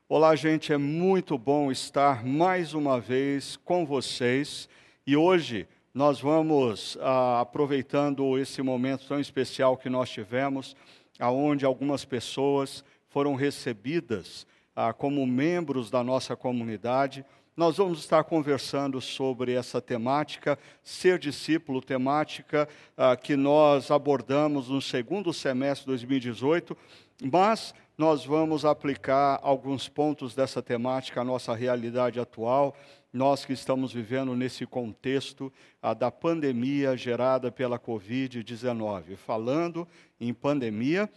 Olá, gente, é muito bom estar mais uma vez com vocês e hoje nós vamos, aproveitando esse momento tão especial que nós tivemos, aonde algumas pessoas foram recebidas como membros da nossa comunidade. Nós vamos estar conversando sobre essa temática, ser discípulo, temática que nós abordamos no segundo semestre de 2018, mas nós vamos aplicar alguns pontos dessa temática à nossa realidade atual, nós que estamos vivendo nesse contexto da pandemia gerada pela Covid-19. Falando em pandemia,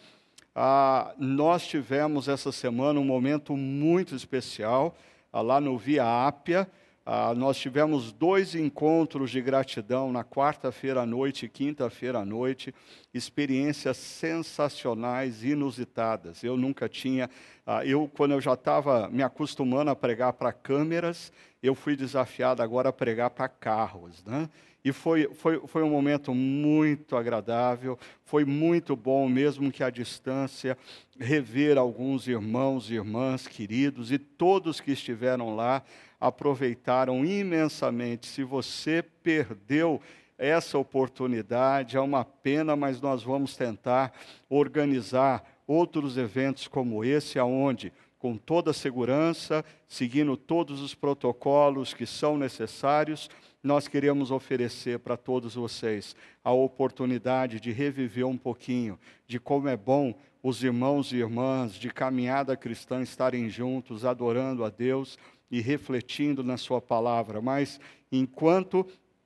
nós tivemos essa semana um momento muito especial, lá no Via Ápia. Nós tivemos 2 encontros de gratidão na quarta-feira à noite e quinta-feira à noite, experiências sensacionais, inusitadas. Eu nunca tinha, quando eu já estava me acostumando a pregar para câmeras, eu fui desafiado agora a pregar para carros, né? E foi um momento muito agradável, foi muito bom, mesmo que à distância, rever alguns irmãos e irmãs queridos, e todos que estiveram lá aproveitaram imensamente. Se você perdeu essa oportunidade, é uma pena, mas nós vamos tentar organizar outros eventos como esse, aonde, com toda a segurança, seguindo todos os protocolos que são necessários, nós queremos oferecer para todos vocês a oportunidade de reviver um pouquinho de como é bom os irmãos e irmãs de caminhada cristã estarem juntos, adorando a Deus e refletindo na sua palavra. Mas, enquanto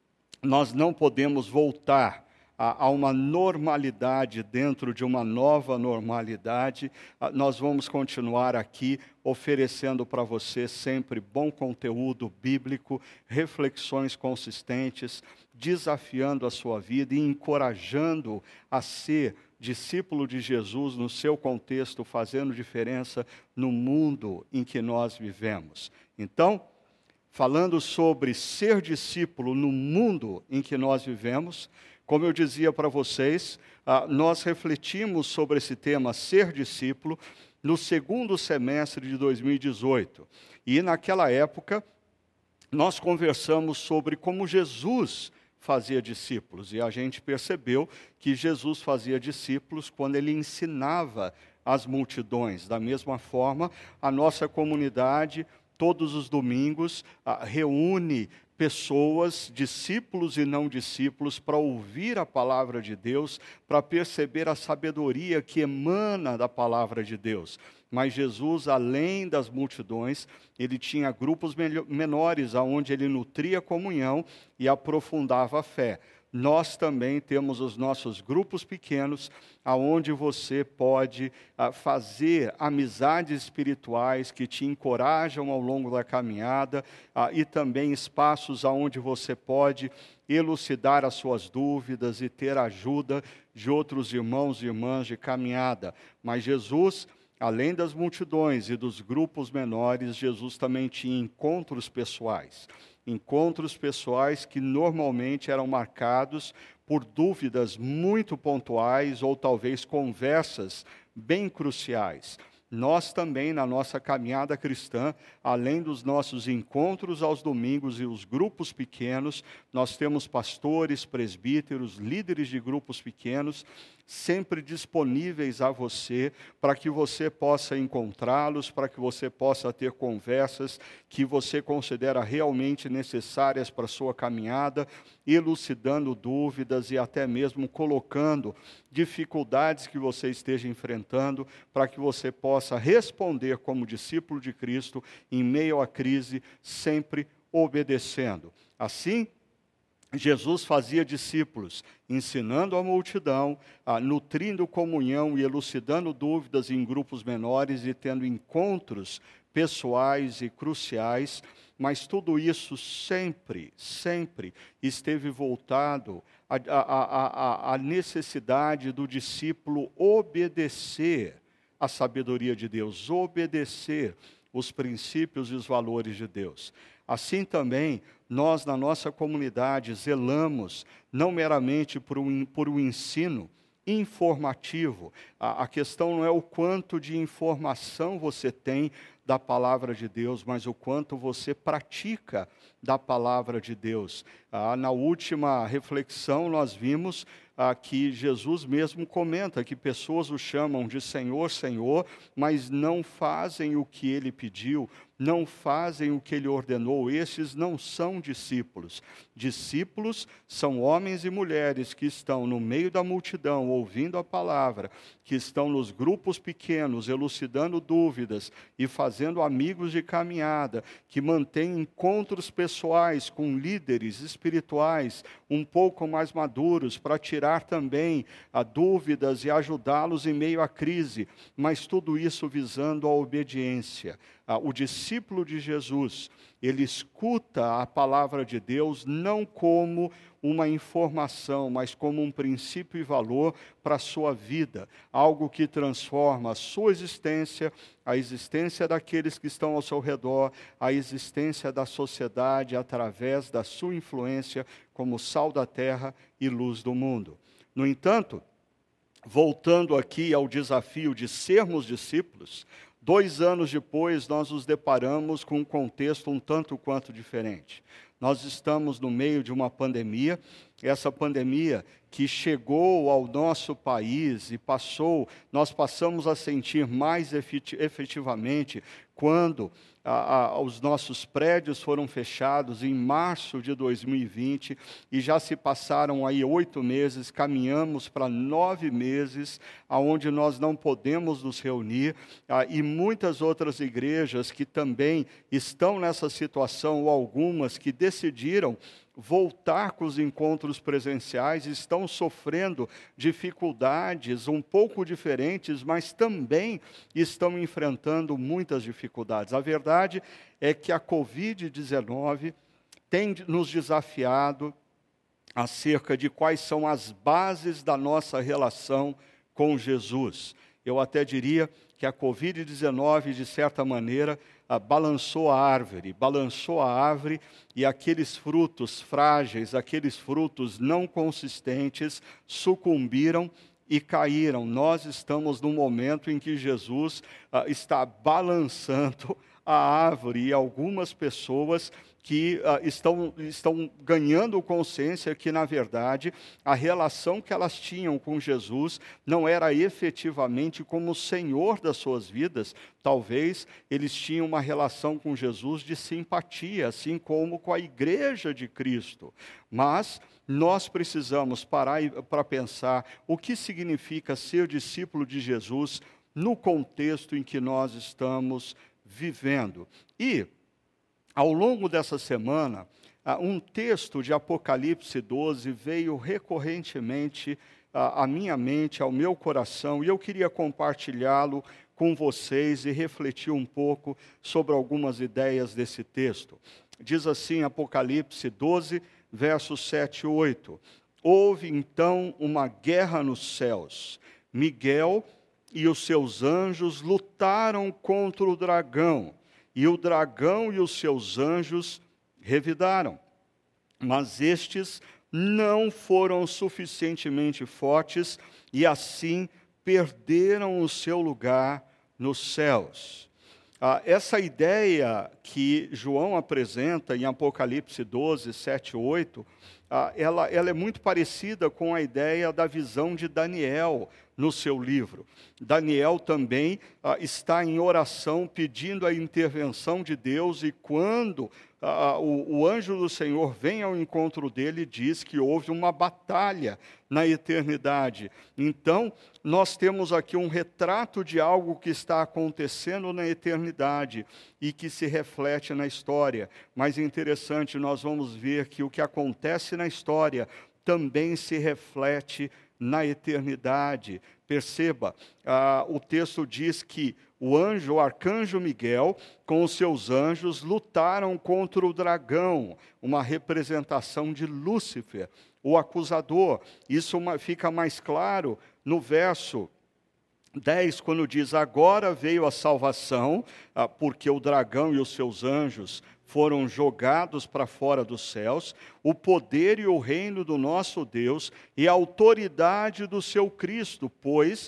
nós não podemos voltar a uma normalidade dentro de uma nova normalidade, nós vamos continuar aqui oferecendo para você sempre bom conteúdo bíblico, reflexões consistentes, desafiando a sua vida e encorajando a ser discípulo de Jesus no seu contexto, fazendo diferença no mundo em que nós vivemos. Então, falando sobre ser discípulo no mundo em que nós vivemos, como eu dizia para vocês, nós refletimos sobre esse tema, ser discípulo, no segundo semestre de 2018. E naquela época, nós conversamos sobre como Jesus fazia discípulos. E a gente percebeu que Jesus fazia discípulos quando ele ensinava as multidões. Da mesma forma, a nossa comunidade, todos os domingos, reúne pessoas, discípulos e não discípulos, para ouvir a palavra de Deus, para perceber a sabedoria que emana da palavra de Deus. Mas Jesus, além das multidões, ele tinha grupos menores, onde ele nutria comunhão e aprofundava a fé. Nós também temos os nossos grupos pequenos, aonde você pode fazer amizades espirituais que te encorajam ao longo da caminhada, e também espaços aonde você pode elucidar as suas dúvidas e ter ajuda de outros irmãos e irmãs de caminhada. Mas Jesus, além das multidões e dos grupos menores, Jesus também tinha encontros pessoais. Encontros pessoais que normalmente eram marcados por dúvidas muito pontuais ou talvez conversas bem cruciais. Nós também, na nossa caminhada cristã, além dos nossos encontros aos domingos e os grupos pequenos, nós temos pastores, presbíteros, líderes de grupos pequenos, sempre disponíveis a você, para que você possa encontrá-los, para que você possa ter conversas que você considera realmente necessárias para a sua caminhada, elucidando dúvidas e até mesmo colocando dificuldades que você esteja enfrentando, para que você possa responder como discípulo de Cristo em meio à crise, sempre obedecendo. Assim, Jesus fazia discípulos, ensinando a multidão, nutrindo comunhão e elucidando dúvidas em grupos menores e tendo encontros pessoais e cruciais, mas tudo isso sempre esteve voltado à necessidade do discípulo obedecer à sabedoria de Deus, obedecer os princípios e os valores de Deus. Assim também, nós na nossa comunidade zelamos não meramente por um ensino informativo. A questão não é o quanto de informação você tem da palavra de Deus, mas o quanto você pratica da palavra de Deus. Na última reflexão, nós vimos que Jesus mesmo comenta que pessoas o chamam de Senhor, Senhor, mas não fazem o que ele pediu, não fazem o que ele ordenou. Estes não são discípulos. Discípulos são homens e mulheres que estão no meio da multidão, ouvindo a palavra, que estão nos grupos pequenos, elucidando dúvidas e fazendo amigos de caminhada, que mantêm encontros pessoais com líderes espirituais um pouco mais maduros, para tirar também dúvidas e ajudá-los em meio à crise, mas tudo isso visando a obediência. O discípulo de Jesus, ele escuta a palavra de Deus não como uma informação, mas como um princípio e valor para a sua vida, algo que transforma a sua existência, a existência daqueles que estão ao seu redor, a existência da sociedade através da sua influência como sal da terra e luz do mundo. No entanto, voltando aqui ao desafio de sermos discípulos, 2 anos depois, nós nos deparamos com um contexto um tanto quanto diferente. Nós estamos no meio de uma pandemia, essa pandemia que chegou ao nosso país e nós passamos a sentir mais efetivamente quando os nossos prédios foram fechados em março de 2020 e já se passaram aí 8 meses, caminhamos para 9 meses, onde nós não podemos nos reunir, e muitas outras igrejas que também estão nessa situação, ou algumas que decidiram voltar com os encontros presenciais, estão sofrendo dificuldades um pouco diferentes, mas também estão enfrentando muitas dificuldades. A verdade é que a Covid-19 tem nos desafiado acerca de quais são as bases da nossa relação com Jesus. Eu até diria que a Covid-19, de certa maneira, balançou a árvore e aqueles frutos frágeis, aqueles frutos não consistentes, sucumbiram e caíram. Nós estamos num momento em que Jesus está balançando a árvore e algumas pessoas que estão ganhando consciência que, na verdade, a relação que elas tinham com Jesus não era efetivamente como o Senhor das suas vidas. Talvez eles tinham uma relação com Jesus de simpatia, assim como com a igreja de Cristo. Mas nós precisamos parar para pensar o que significa ser discípulo de Jesus no contexto em que nós estamos vivendo. E ao longo dessa semana, um texto de Apocalipse 12 veio recorrentemente à minha mente, ao meu coração, e eu queria compartilhá-lo com vocês e refletir um pouco sobre algumas ideias desse texto. Diz assim, Apocalipse 12, versos 7 e 8. Houve então uma guerra nos céus. Miguel e os seus anjos lutaram contra o dragão, e o dragão e os seus anjos revidaram. Mas estes não foram suficientemente fortes e assim perderam o seu lugar nos céus. Essa ideia que João apresenta em Apocalipse 12, 7 e 8, ela é muito parecida com a ideia da visão de Daniel no seu livro. Daniel também está em oração pedindo a intervenção de Deus, e quando o anjo do Senhor vem ao encontro dele, diz que houve uma batalha na eternidade. Então, nós temos aqui um retrato de algo que está acontecendo na eternidade e que se reflete na história. Mas é interessante, nós vamos ver que o que acontece na história também se reflete na eternidade. Perceba, o texto diz que o arcanjo Miguel, com os seus anjos, lutaram contra o dragão, uma representação de Lúcifer, o acusador. Isso fica mais claro no verso 10, quando diz: agora veio a salvação, porque o dragão e os seus anjos foram jogados para fora dos céus, o poder e o reino do nosso Deus e a autoridade do seu Cristo, pois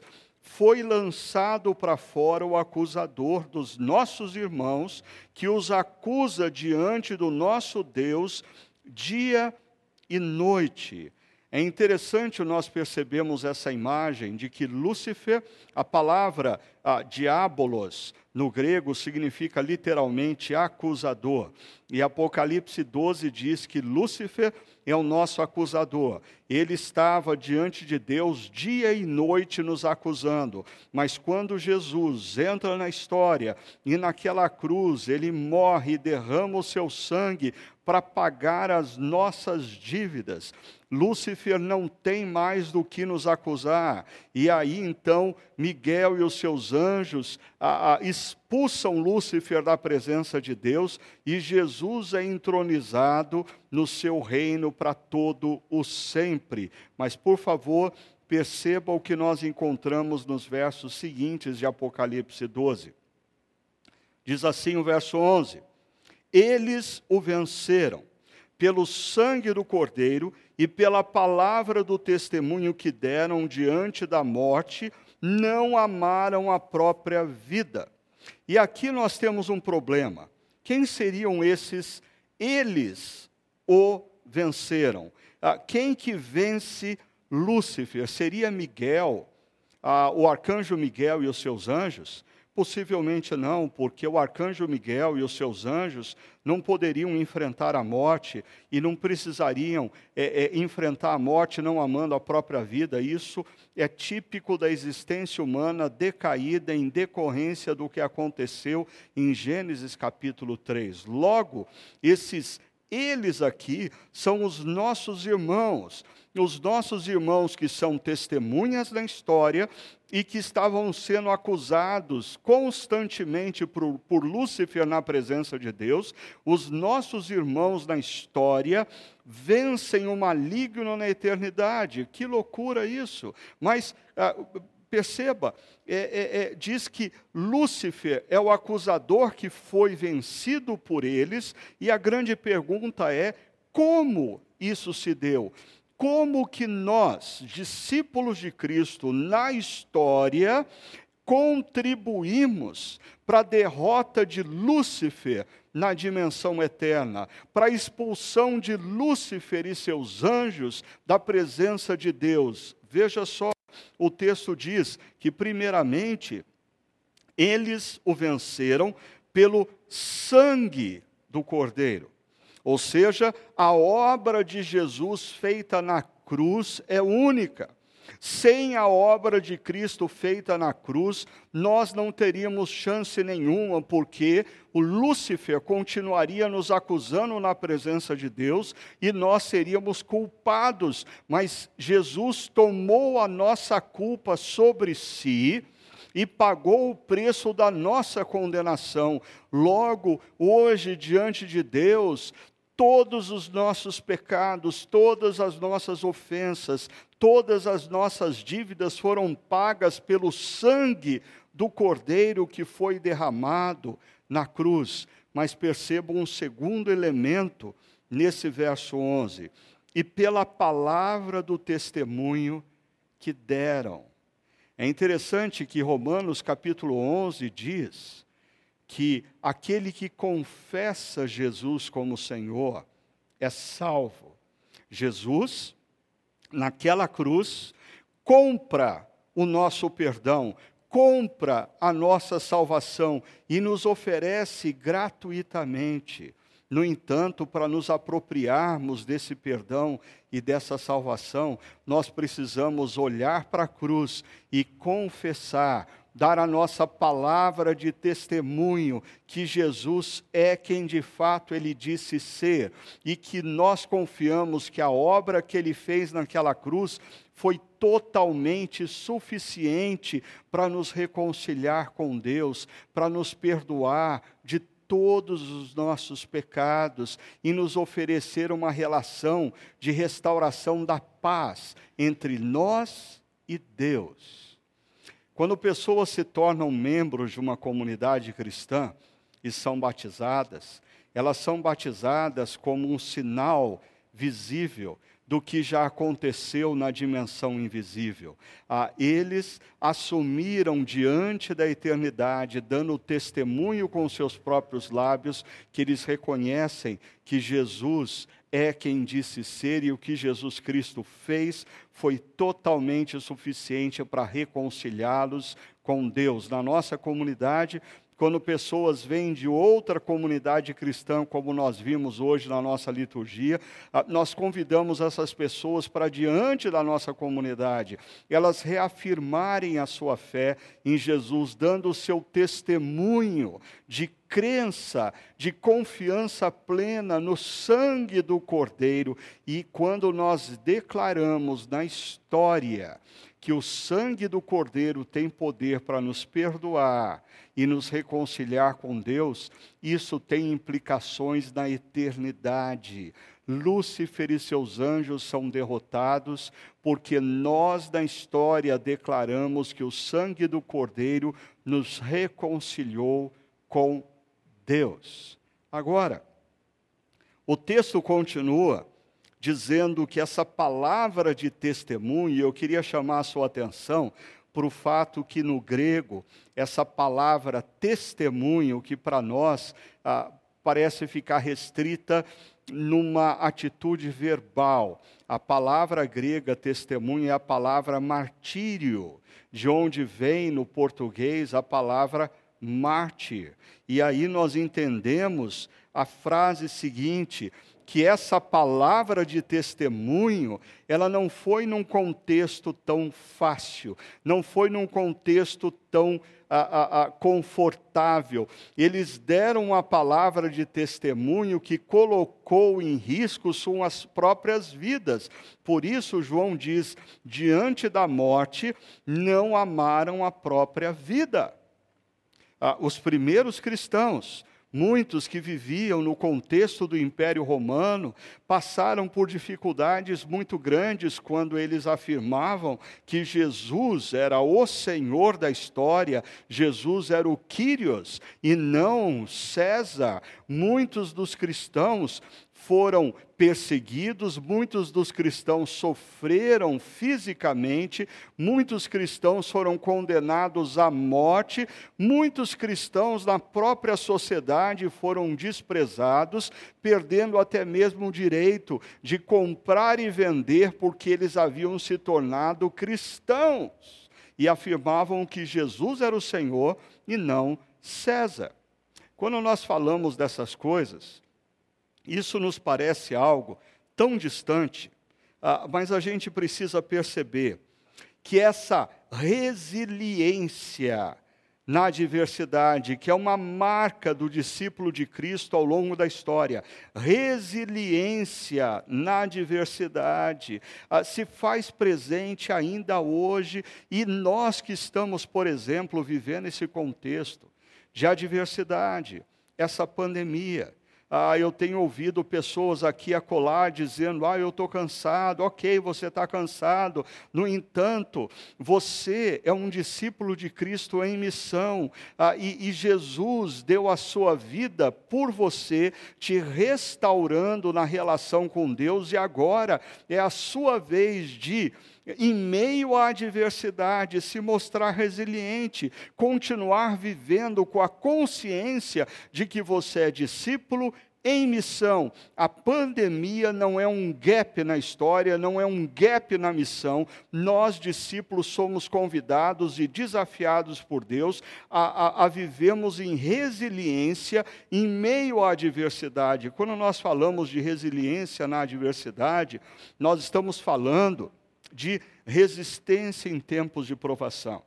foi lançado para fora o acusador dos nossos irmãos, que os acusa diante do nosso Deus dia e noite. É interessante nós percebemos essa imagem de que Lúcifer, a palavra diabolos, no grego, significa literalmente acusador. E Apocalipse 12 diz que Lúcifer é o nosso acusador. Ele estava diante de Deus dia e noite nos acusando. Mas quando Jesus entra na história e naquela cruz, ele morre e derrama o seu sangue para pagar as nossas dívidas, Lúcifer não tem mais do que nos acusar. E aí, então, Miguel e os seus anjos expulsam Lúcifer da presença de Deus e Jesus é entronizado no seu reino para todo o sempre. Mas, por favor, perceba o que nós encontramos nos versos seguintes de Apocalipse 12. Diz assim o verso 11: Eles o venceram pelo sangue do Cordeiro e pela palavra do testemunho que deram diante da morte, não amaram a própria vida. E aqui nós temos um problema. Quem seriam esses? Eles o venceram. Quem que vence Lúcifer? Seria Miguel, o arcanjo Miguel e os seus anjos? Possivelmente não, porque o arcanjo Miguel e os seus anjos não poderiam enfrentar a morte e não precisariam enfrentar a morte não amando a própria vida. Isso é típico da existência humana decaída em decorrência do que aconteceu em Gênesis capítulo 3. Logo, eles aqui são os nossos irmãos que são testemunhas da história e que estavam sendo acusados constantemente por Lúcifer na presença de Deus. Os nossos irmãos na história vencem o maligno na eternidade. Que loucura isso! Mas perceba, diz que Lúcifer é o acusador que foi vencido por eles, e a grande pergunta é: como isso se deu? Como que nós, discípulos de Cristo, na história, contribuímos para a derrota de Lúcifer na dimensão eterna, para a expulsão de Lúcifer e seus anjos da presença de Deus? Veja só, o texto diz que, primeiramente, eles o venceram pelo sangue do Cordeiro. Ou seja, a obra de Jesus feita na cruz é única. Sem a obra de Cristo feita na cruz, nós não teríamos chance nenhuma, porque o Lúcifer continuaria nos acusando na presença de Deus e nós seríamos culpados. Mas Jesus tomou a nossa culpa sobre si e pagou o preço da nossa condenação. Logo, hoje, diante de Deus, todos os nossos pecados, todas as nossas ofensas, todas as nossas dívidas foram pagas pelo sangue do Cordeiro que foi derramado na cruz. Mas percebam um segundo elemento nesse verso 11: e pela palavra do testemunho que deram. É interessante que Romanos capítulo 11 diz que aquele que confessa Jesus como Senhor é salvo. Jesus, naquela cruz, compra o nosso perdão, compra a nossa salvação e nos oferece gratuitamente. No entanto, para nos apropriarmos desse perdão e dessa salvação, nós precisamos olhar para a cruz e confessar, dar a nossa palavra de testemunho que Jesus é quem de fato Ele disse ser, e que nós confiamos que a obra que Ele fez naquela cruz foi totalmente suficiente para nos reconciliar com Deus, para nos perdoar de todos os nossos pecados e nos oferecer uma relação de restauração da paz entre nós e Deus. Quando pessoas se tornam membros de uma comunidade cristã e são batizadas, elas são batizadas como um sinal visível do que já aconteceu na dimensão invisível. Eles assumiram diante da eternidade, dando testemunho com seus próprios lábios, que eles reconhecem que Jesus é quem disse ser, e o que Jesus Cristo fez foi totalmente suficiente para reconciliá-los com Deus. Na nossa comunidade, quando pessoas vêm de outra comunidade cristã, como nós vimos hoje na nossa liturgia, nós convidamos essas pessoas para diante da nossa comunidade, elas reafirmarem a sua fé em Jesus, dando o seu testemunho de crença, de confiança plena no sangue do Cordeiro. E quando nós declaramos na história que o sangue do Cordeiro tem poder para nos perdoar e nos reconciliar com Deus, isso tem implicações na eternidade. Lúcifer e seus anjos são derrotados, porque nós na história declaramos que o sangue do Cordeiro nos reconciliou com Deus. Agora, o texto continua dizendo que essa palavra de testemunho, eu queria chamar a sua atenção para o fato que no grego, essa palavra testemunho, que para nós parece ficar restrita numa atitude verbal. A palavra grega testemunho é a palavra martírio, de onde vem no português a palavra mártir. E aí nós entendemos a frase seguinte, que essa palavra de testemunho, ela não foi num contexto tão fácil, não foi num contexto tão confortável. Eles deram uma palavra de testemunho que colocou em risco suas próprias vidas. Por isso, João diz, diante da morte, não amaram a própria vida. Os primeiros cristãos, muitos que viviam no contexto do Império Romano, passaram por dificuldades muito grandes quando eles afirmavam que Jesus era o Senhor da história, Jesus era o Kyrios e não César. Muitos dos cristãos foram perseguidos, muitos dos cristãos sofreram fisicamente, muitos cristãos foram condenados à morte, muitos cristãos na própria sociedade foram desprezados, perdendo até mesmo o direito de comprar e vender, porque eles haviam se tornado cristãos e afirmavam que Jesus era o Senhor e não César. Quando nós falamos dessas coisas, isso nos parece algo tão distante, mas a gente precisa perceber que essa resiliência na adversidade, que é uma marca do discípulo de Cristo ao longo da história, resiliência na adversidade, se faz presente ainda hoje, e nós que estamos, por exemplo, vivendo esse contexto de adversidade, essa pandemia. Eu tenho ouvido pessoas aqui acolá dizendo, eu estou cansado. Ok, você está cansado. No entanto, você é um discípulo de Cristo em missão. E Jesus deu a sua vida por você, te restaurando na relação com Deus. E agora é a sua vez de, em meio à adversidade, se mostrar resiliente, continuar vivendo com a consciência de que você é discípulo em missão. A pandemia não é um gap na história, não é um gap na missão. Nós, discípulos, somos convidados e desafiados por Deus a vivermos em resiliência em meio à adversidade. Quando nós falamos de resiliência na adversidade, nós estamos falando de resistência em tempos de provação.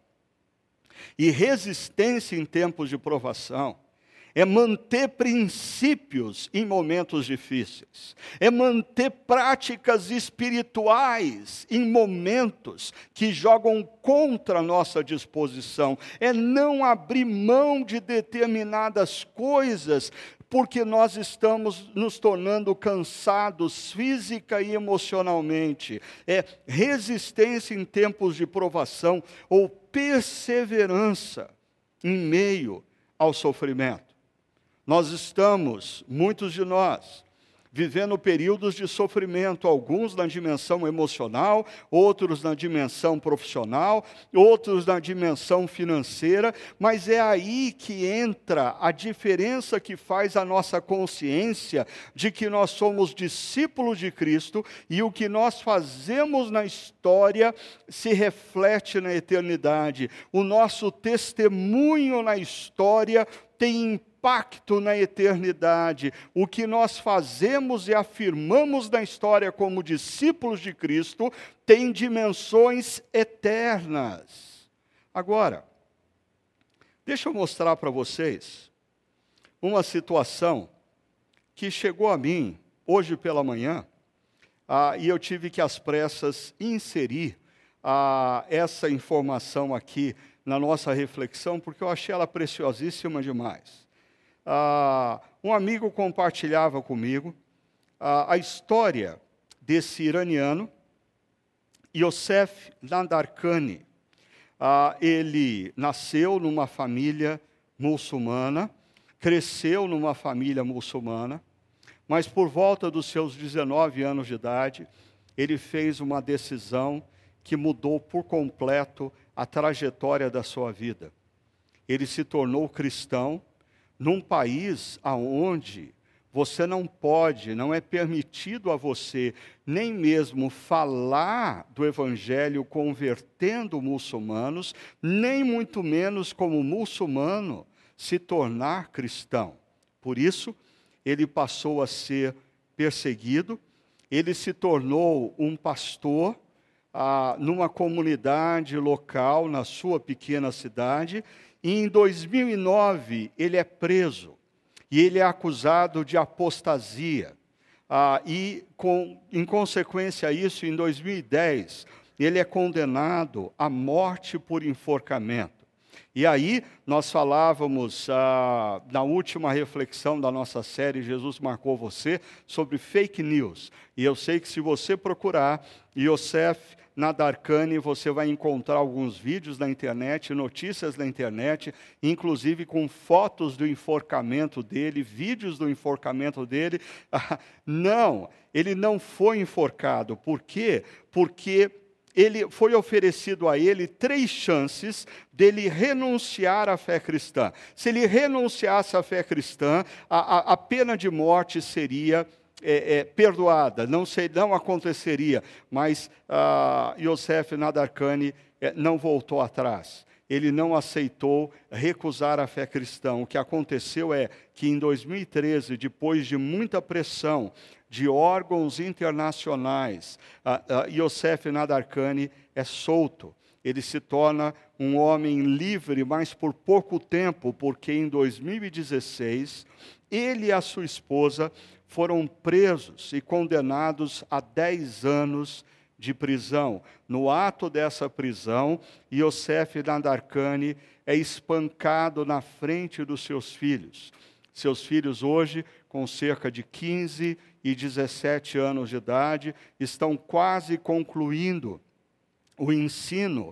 E resistência em tempos de provação é manter princípios em momentos difíceis, é manter práticas espirituais em momentos que jogam contra a nossa disposição, é não abrir mão de determinadas coisas, porque nós estamos nos tornando cansados física e emocionalmente. É resistência em tempos de provação ou perseverança em meio ao sofrimento. Nós estamos, muitos de nós, vivendo períodos de sofrimento, alguns na dimensão emocional, outros na dimensão profissional, outros na dimensão financeira, mas é aí que entra a diferença que faz a nossa consciência de que nós somos discípulos de Cristo e o que nós fazemos na história se reflete na eternidade. O nosso testemunho na história tem impacto na eternidade. O que nós fazemos e afirmamos na história como discípulos de Cristo tem dimensões eternas. Agora, deixa eu mostrar para vocês uma situação que chegou a mim hoje pela manhã, e eu tive que às pressas inserir essa informação aqui na nossa reflexão, porque eu achei ela preciosíssima demais. Um amigo compartilhava comigo a história desse iraniano, Youssef Nadarkhani. Ele nasceu numa família muçulmana, cresceu numa família muçulmana, mas por volta dos seus 19 anos de idade, ele fez uma decisão que mudou por completo a trajetória da sua vida. Ele se tornou cristão num país onde você não é permitido a você nem mesmo falar do evangelho convertendo muçulmanos, nem muito menos como muçulmano se tornar cristão. Por isso, ele passou a ser perseguido, ele se tornou um pastor numa comunidade local, na sua pequena cidade, e em 2009 ele é preso, e ele é acusado de apostasia. Em consequência a isso, em 2010, ele é condenado à morte por enforcamento. E aí, nós falávamos na última reflexão da nossa série, Jesus Marcou Você, sobre fake news. E eu sei que se você procurar Youssef Nadarkhani, você vai encontrar alguns vídeos na internet, notícias na internet, inclusive com fotos do enforcamento dele, vídeos do enforcamento dele. Não, ele não foi enforcado. Por quê? Porque foi oferecido a ele 3 chances dele renunciar à fé cristã. Se ele renunciasse à fé cristã, a pena de morte seria perdoada, não aconteceria, mas Youssef Nadarkhani não voltou atrás. Ele não aceitou recusar a fé cristã. O que aconteceu é que em 2013, depois de muita pressão de órgãos internacionais, Youssef Nadarkhani é solto. Ele se torna um homem livre, mas por pouco tempo, porque em 2016, ele e a sua esposa foram presos e condenados a 10 anos de prisão. No ato dessa prisão, Youssef Nadarkhani é espancado na frente dos seus filhos. Seus filhos hoje, com cerca de 15 e 17 anos de idade, estão quase concluindo o ensino,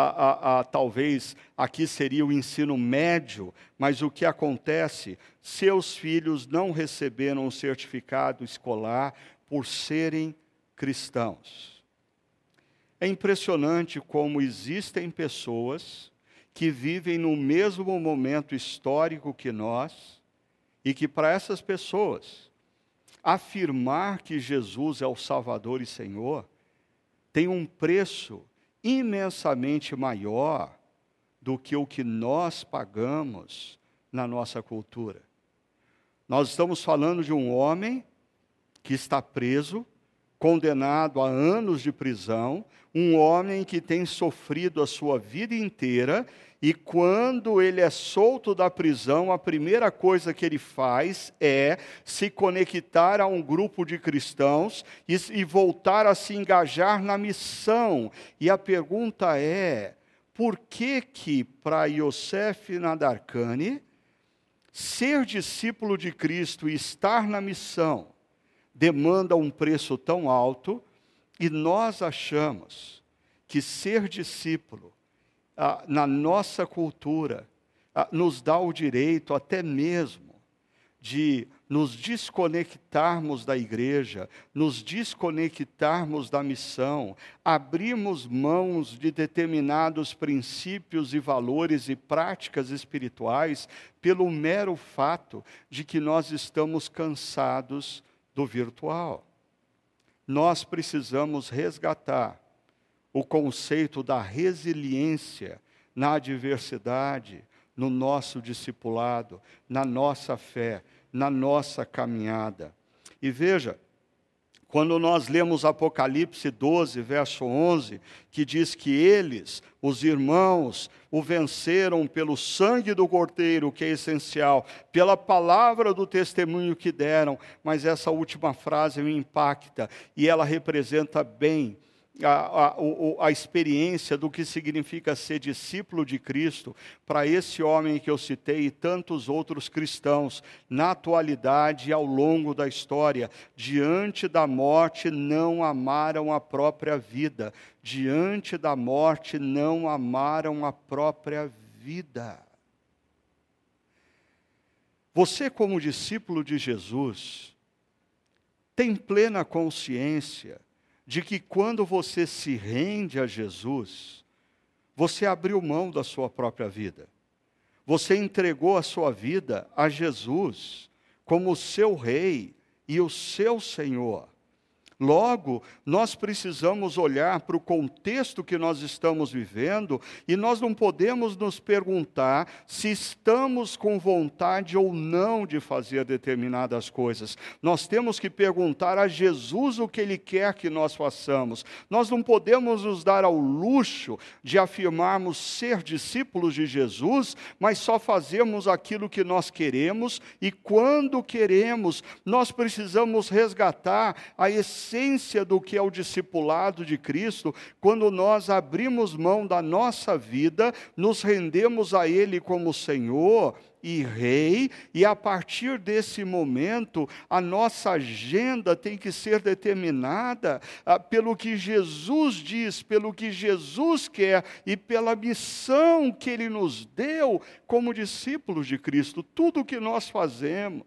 talvez aqui seria o ensino médio, mas o que acontece? Seus filhos não receberam o certificado escolar por serem cristãos. É impressionante como existem pessoas que vivem no mesmo momento histórico que nós, e que para essas pessoas, afirmar que Jesus é o Salvador e Senhor tem um preço imensamente maior do que o que nós pagamos na nossa cultura. Nós estamos falando de um homem que está preso, condenado a anos de prisão, um homem que tem sofrido a sua vida inteira, e quando ele é solto da prisão, a primeira coisa que ele faz é se conectar a um grupo de cristãos e voltar a se engajar na missão. E a pergunta é, por que para Youssef Nadarkhani, ser discípulo de Cristo e estar na missão demanda um preço tão alto, e nós achamos que ser discípulo, na nossa cultura, nos dá o direito até mesmo de nos desconectarmos da igreja, nos desconectarmos da missão, abrirmos mãos de determinados princípios e valores e práticas espirituais pelo mero fato de que nós estamos cansados do virtual. Nós precisamos resgatar o conceito da resiliência na adversidade, no nosso discipulado, na nossa fé, na nossa caminhada. E veja, quando nós lemos Apocalipse 12, verso 11, que diz que eles, os irmãos, o venceram pelo sangue do Cordeiro, que é essencial, pela palavra do testemunho que deram, mas essa última frase me impacta, e ela representa bem a experiência do que significa ser discípulo de Cristo para esse homem que eu citei e tantos outros cristãos, na atualidade e ao longo da história. Diante da morte não amaram a própria vida. Diante da morte não amaram a própria vida. Você, como discípulo de Jesus, tem plena consciência de que quando você se rende a Jesus, você abriu mão da sua própria vida. Você entregou a sua vida a Jesus como o seu Rei e o seu Senhor. Logo, nós precisamos olhar para o contexto que nós estamos vivendo e nós não podemos nos perguntar se estamos com vontade ou não de fazer determinadas coisas. Nós temos que perguntar a Jesus o que Ele quer que nós façamos. Nós não podemos nos dar ao luxo de afirmarmos ser discípulos de Jesus, mas só fazermos aquilo que nós queremos e quando queremos. Nós precisamos resgatar a essência do que é o discipulado de Cristo, quando nós abrimos mão da nossa vida, nos rendemos a Ele como Senhor e Rei, e a partir desse momento, a nossa agenda tem que ser determinada pelo que Jesus diz, pelo que Jesus quer, e pela missão que Ele nos deu como discípulos de Cristo. Tudo o que nós fazemos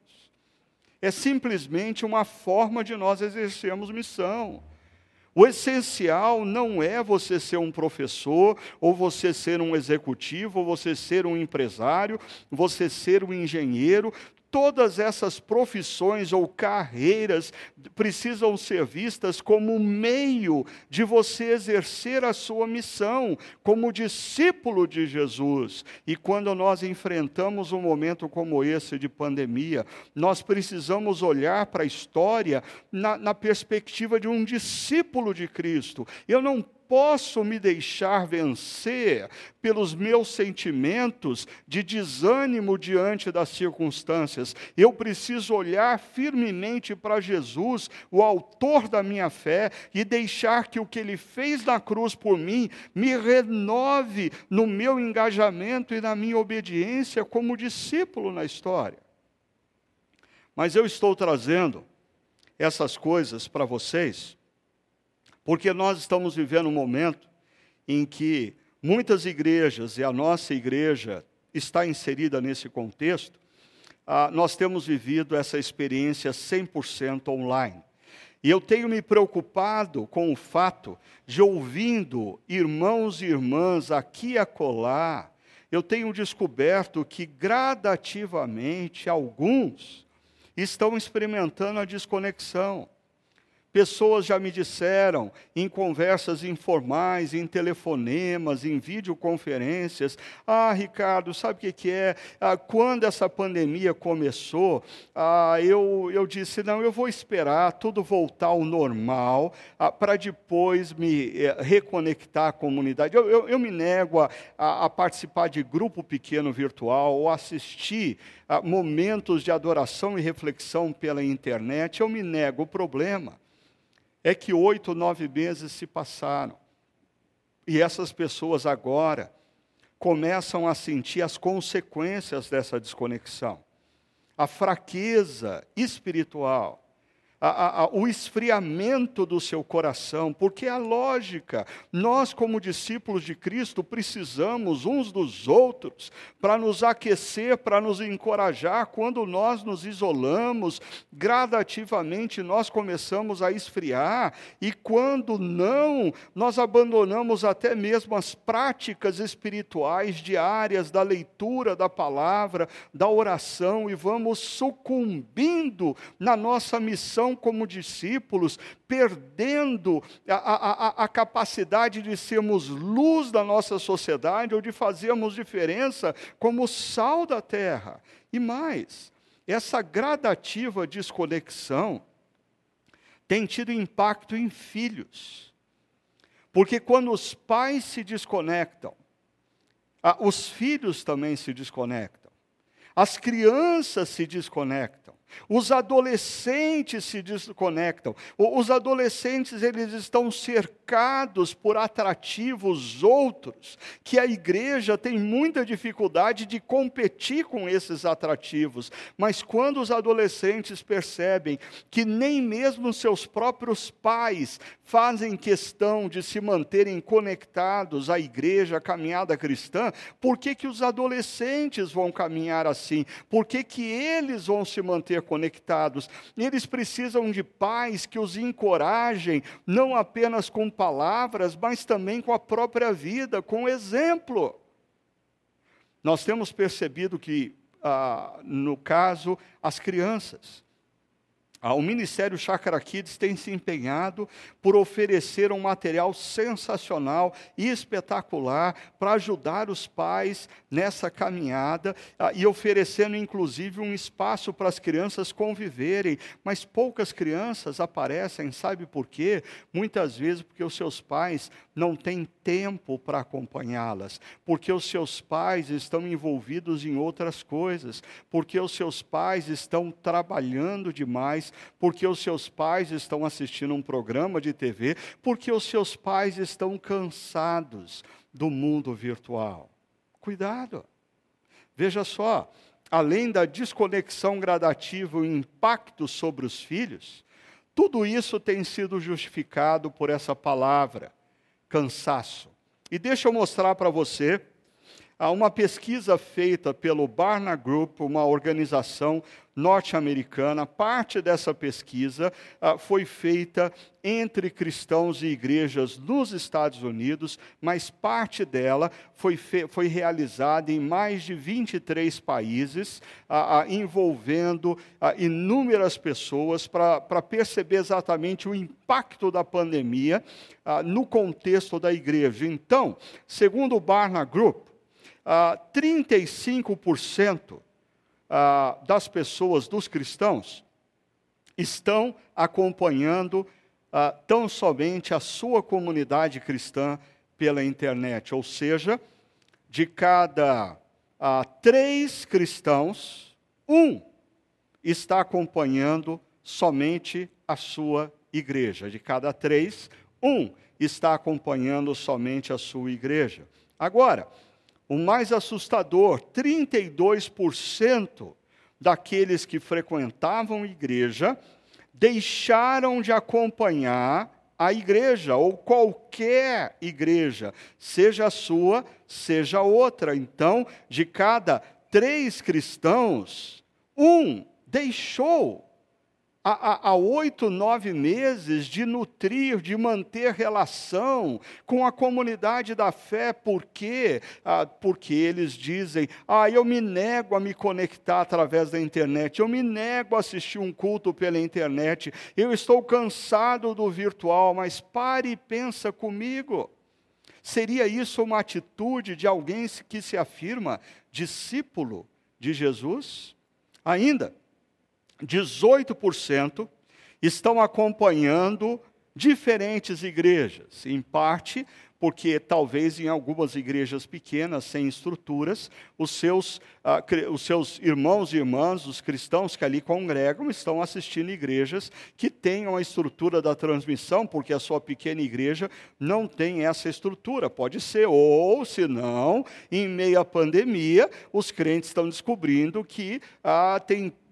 é simplesmente uma forma de nós exercermos missão. O essencial não é você ser um professor, ou você ser um executivo, ou você ser um empresário, você ser um engenheiro. Todas essas profissões ou carreiras precisam ser vistas como um meio de você exercer a sua missão, como discípulo de Jesus. E quando nós enfrentamos um momento como esse de pandemia, nós precisamos olhar para a história na perspectiva de um discípulo de Cristo. Eu não posso me deixar vencer pelos meus sentimentos de desânimo diante das circunstâncias. Eu preciso olhar firmemente para Jesus, o autor da minha fé, e deixar que o que Ele fez na cruz por mim me renove no meu engajamento e na minha obediência como discípulo na história. Mas eu estou trazendo essas coisas para vocês porque nós estamos vivendo um momento em que muitas igrejas, e a nossa igreja está inserida nesse contexto, nós temos vivido essa experiência 100% online. E eu tenho me preocupado com o fato de, ouvindo irmãos e irmãs aqui e acolá, eu tenho descoberto que gradativamente alguns estão experimentando a desconexão. Pessoas já me disseram, em conversas informais, em telefonemas, em videoconferências, Ricardo, sabe o que é? Quando essa pandemia começou, eu disse, não, eu vou esperar tudo voltar ao normal, para depois me reconectar à comunidade. Eu me nego a participar de grupo pequeno virtual, ou assistir a momentos de adoração e reflexão pela internet. Eu me nego. O problema é que 8, 9 meses se passaram. E essas pessoas agora começam a sentir as consequências dessa desconexão. A fraqueza espiritual, o esfriamento do seu coração, porque é lógica. Nós, como discípulos de Cristo, precisamos uns dos outros para nos aquecer, para nos encorajar. Quando nós nos isolamos, gradativamente nós começamos a esfriar, e quando não, nós abandonamos até mesmo as práticas espirituais diárias da leitura da palavra, da oração, e vamos sucumbindo na nossa missão como discípulos, perdendo a capacidade de sermos luz da nossa sociedade ou de fazermos diferença como sal da terra. E mais, essa gradativa desconexão tem tido impacto em filhos. Porque quando os pais se desconectam, os filhos também se desconectam. As crianças se desconectam. Os adolescentes se desconectam. Os adolescentes, eles estão cercados por atrativos outros, que a igreja tem muita dificuldade de competir com esses atrativos. Mas quando os adolescentes percebem que nem mesmo seus próprios pais fazem questão de se manterem conectados à igreja, à caminhada cristã, por que que os adolescentes vão caminhar assim? Por que que eles vão se manter conectados? Eles precisam de pais que os encorajem, não apenas com palavras, mas também com a própria vida, com o exemplo. Nós temos percebido que, no caso, as crianças, o Ministério Chácara Kids tem se empenhado por oferecer um material sensacional e espetacular para ajudar os pais nessa caminhada, e oferecendo inclusive um espaço para as crianças conviverem. Mas poucas crianças aparecem, sabe por quê? Muitas vezes porque os seus pais não têm tempo para acompanhá-las, porque os seus pais estão envolvidos em outras coisas, porque os seus pais estão trabalhando demais, porque os seus pais estão assistindo um programa de TV, porque os seus pais estão cansados do mundo virtual. Cuidado! Veja só, além da desconexão gradativa e o impacto sobre os filhos, tudo isso tem sido justificado por essa palavra, cansaço. E deixa eu mostrar para você uma pesquisa feita pelo Barna Group, uma organização norte-americana. Parte dessa pesquisa foi feita entre cristãos e igrejas nos Estados Unidos, mas parte dela foi realizada em mais de 23 países, envolvendo inúmeras pessoas para perceber exatamente o impacto da pandemia no contexto da igreja. Então, segundo o Barna Group, 35% das pessoas, dos cristãos, estão acompanhando tão somente a sua comunidade cristã pela internet. Ou seja, de cada 3 cristãos, 1 está acompanhando somente a sua igreja. De cada 3, 1 está acompanhando somente a sua igreja. Agora, o mais assustador, 32% daqueles que frequentavam a igreja deixaram de acompanhar a igreja, ou qualquer igreja, seja a sua, seja outra. Então, de cada 3 cristãos, 1 deixou há 8, 9 meses de nutrir, de manter relação com a comunidade da fé. Por quê? Porque eles dizem, eu me nego a me conectar através da internet, eu me nego a assistir um culto pela internet, eu estou cansado do virtual. Mas pare e pensa comigo. Seria isso uma atitude de alguém que se afirma discípulo de Jesus? Ainda, 18% estão acompanhando diferentes igrejas, em parte porque talvez em algumas igrejas pequenas, sem estruturas, os seus irmãos e irmãs, os cristãos que ali congregam, estão assistindo igrejas que tenham a estrutura da transmissão, porque a sua pequena igreja não tem essa estrutura. Pode ser, ou se não, em meio à pandemia, os crentes estão descobrindo que tem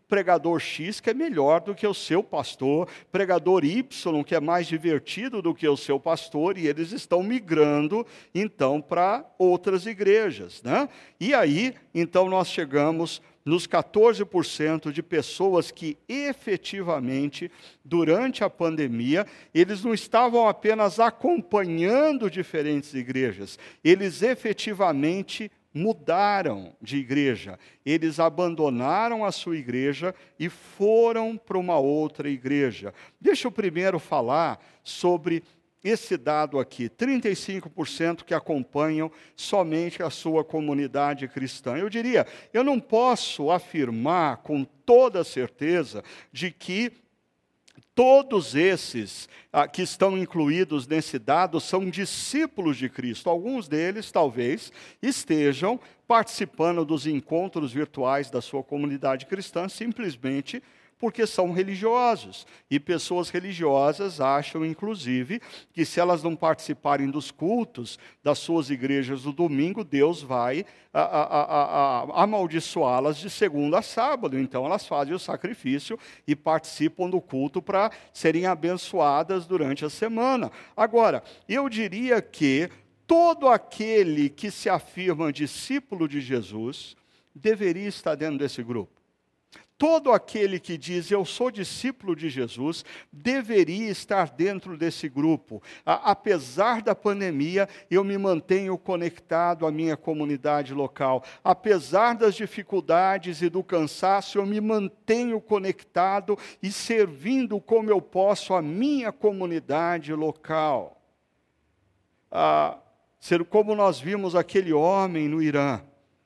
pregador X que é melhor do que o seu pastor, pregador Y que é mais divertido do que o seu pastor, e eles estão migrando, então, para outras igrejas, né? E aí, então, nós chegamos nos 14% de pessoas que efetivamente, durante a pandemia, eles não estavam apenas acompanhando diferentes igrejas, eles efetivamente mudaram de igreja. Eles abandonaram a sua igreja e foram para uma outra igreja. Deixa eu primeiro falar sobre esse dado aqui, 35% que acompanham somente a sua comunidade cristã. Eu diria, eu não posso afirmar com toda certeza de que todos esses que estão incluídos nesse dado são discípulos de Cristo. Alguns deles, talvez, estejam participando dos encontros virtuais da sua comunidade cristã simplesmente porque são religiosos. E pessoas religiosas acham, inclusive, que se elas não participarem dos cultos das suas igrejas no domingo, Deus vai amaldiçoá-las de segunda a sábado. Então, elas fazem o sacrifício e participam do culto para serem abençoadas durante a semana. Agora, eu diria que todo aquele que se afirma discípulo de Jesus deveria estar dentro desse grupo. Todo aquele que diz, eu sou discípulo de Jesus, deveria estar dentro desse grupo. Apesar da pandemia, eu me mantenho conectado à minha comunidade local. Apesar das dificuldades e do cansaço, eu me mantenho conectado e servindo como eu posso a minha comunidade local. Como nós vimos aquele homem no Irã,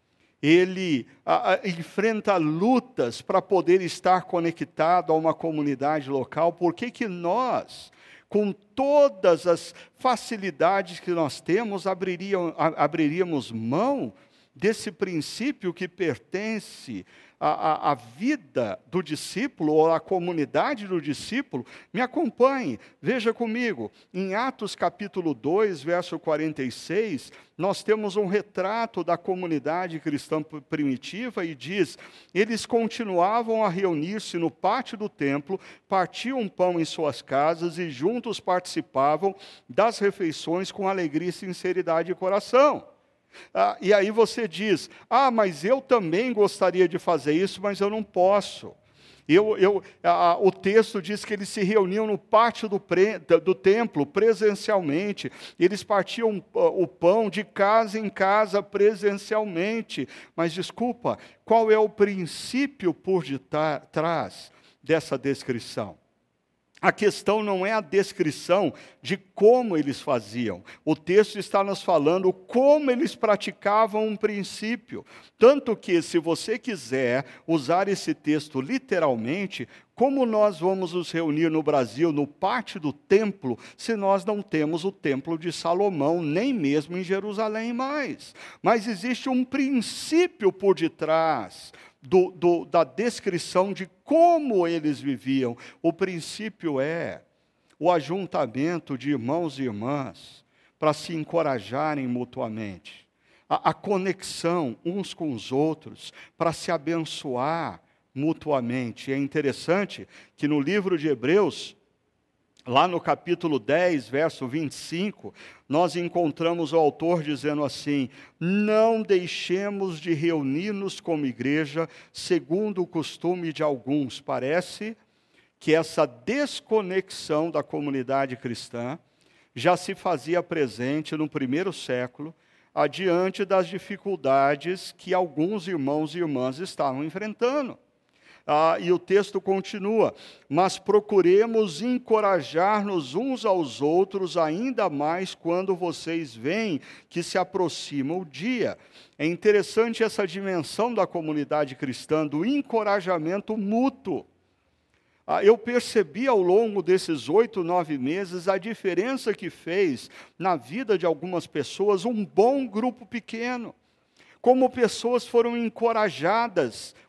ele enfrenta lutas para poder estar conectado a uma comunidade local. Por que nós, com todas as facilidades que nós temos, abriríamos mão desse princípio que pertence à vida do discípulo, ou à comunidade do discípulo? Me acompanhe, veja comigo, em Atos capítulo 2, verso 46, nós temos um retrato da comunidade cristã primitiva e diz, eles continuavam a reunir-se no pátio do templo, partiam pão em suas casas e juntos participavam das refeições com alegria e sinceridade de coração. E aí você diz, mas eu também gostaria de fazer isso, mas eu não posso. O texto diz que eles se reuniam no pátio do templo, presencialmente. Eles partiam o pão de casa em casa, presencialmente. Mas, desculpa, qual é o princípio por detrás dessa descrição? A questão não é a descrição de como eles faziam. O texto está nos falando como eles praticavam um princípio. Tanto que, se você quiser usar esse texto literalmente, como nós vamos nos reunir no Brasil, no pátio do templo, se nós não temos o templo de Salomão, nem mesmo em Jerusalém mais? Mas existe um princípio por detrás da descrição de como eles viviam. O princípio é o ajuntamento de irmãos e irmãs para se encorajarem mutuamente. A conexão uns com os outros para se abençoar mutuamente. É interessante que no livro de Hebreus, lá no capítulo 10, verso 25, nós encontramos o autor dizendo assim, não deixemos de reunir-nos como igreja, segundo o costume de alguns. Parece que essa desconexão da comunidade cristã já se fazia presente no primeiro século, adiante das dificuldades que alguns irmãos e irmãs estavam enfrentando. E o texto continua, mas procuremos encorajar-nos uns aos outros, ainda mais quando vocês veem que se aproxima o dia. É interessante essa dimensão da comunidade cristã, do encorajamento mútuo. Eu percebi ao longo desses 8, 9 meses a diferença que fez na vida de algumas pessoas um bom grupo pequeno. Como pessoas foram encorajadas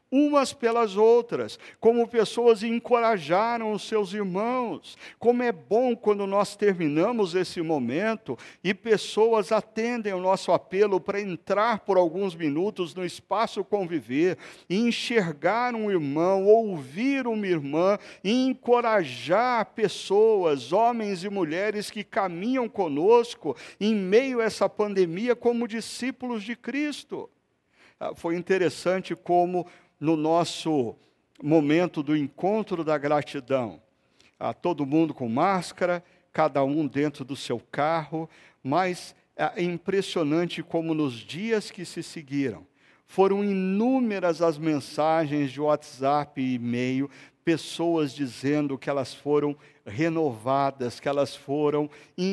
umas pelas outras, como pessoas encorajaram os seus irmãos. Como é bom quando nós terminamos esse momento e pessoas atendem o nosso apelo para entrar por alguns minutos no espaço conviver, e enxergar um irmão, ouvir uma irmã, e encorajar pessoas, homens e mulheres que caminham conosco em meio a essa pandemia como discípulos de Cristo. Foi interessante como no nosso momento do encontro da gratidão, todo mundo com máscara, cada um dentro do seu carro, mas é impressionante como nos dias que se seguiram, foram inúmeras as mensagens de WhatsApp e e-mail, pessoas dizendo que elas foram renovadas, que elas foram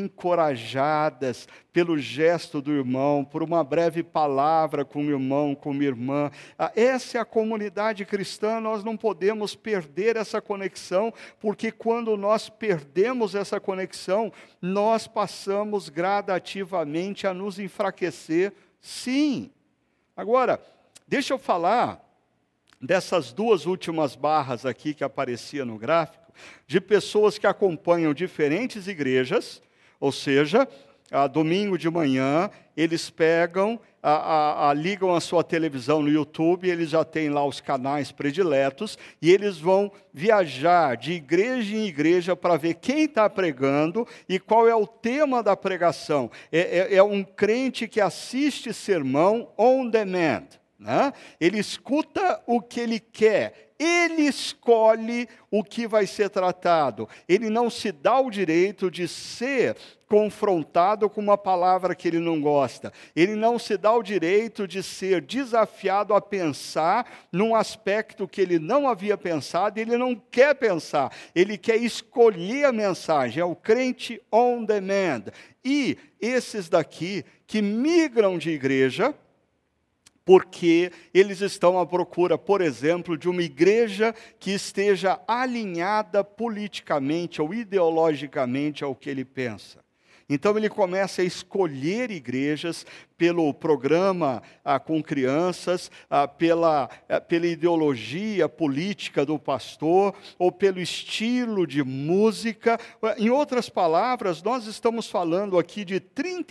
encorajadas pelo gesto do irmão, por uma breve palavra com o irmão, com a irmã. Essa é a comunidade cristã, nós não podemos perder essa conexão, porque quando nós perdemos essa conexão, nós passamos gradativamente a nos enfraquecer, sim. Agora, deixa eu falar dessas duas últimas barras aqui que aparecia no gráfico, de pessoas que acompanham diferentes igrejas, ou seja, domingo de manhã, eles pegam, ligam a sua televisão no YouTube, eles já têm lá os canais prediletos, e eles vão viajar de igreja em igreja para ver quem está pregando e qual é o tema da pregação. É um crente que assiste sermão on demand, né? Ele escuta o que ele quer, ele escolhe o que vai ser tratado. Ele não se dá o direito de ser confrontado com uma palavra que ele não gosta. Ele não se dá o direito de ser desafiado a pensar num aspecto que ele não havia pensado, e ele não quer pensar. Ele quer escolher a mensagem. É o crente on demand. E esses daqui que migram de igreja, porque eles estão à procura, por exemplo, de uma igreja que esteja alinhada politicamente ou ideologicamente ao que ele pensa. Então ele começa a escolher igrejas pelo programa com crianças, pela ideologia política do pastor, ou pelo estilo de música. Em outras palavras, nós estamos falando aqui de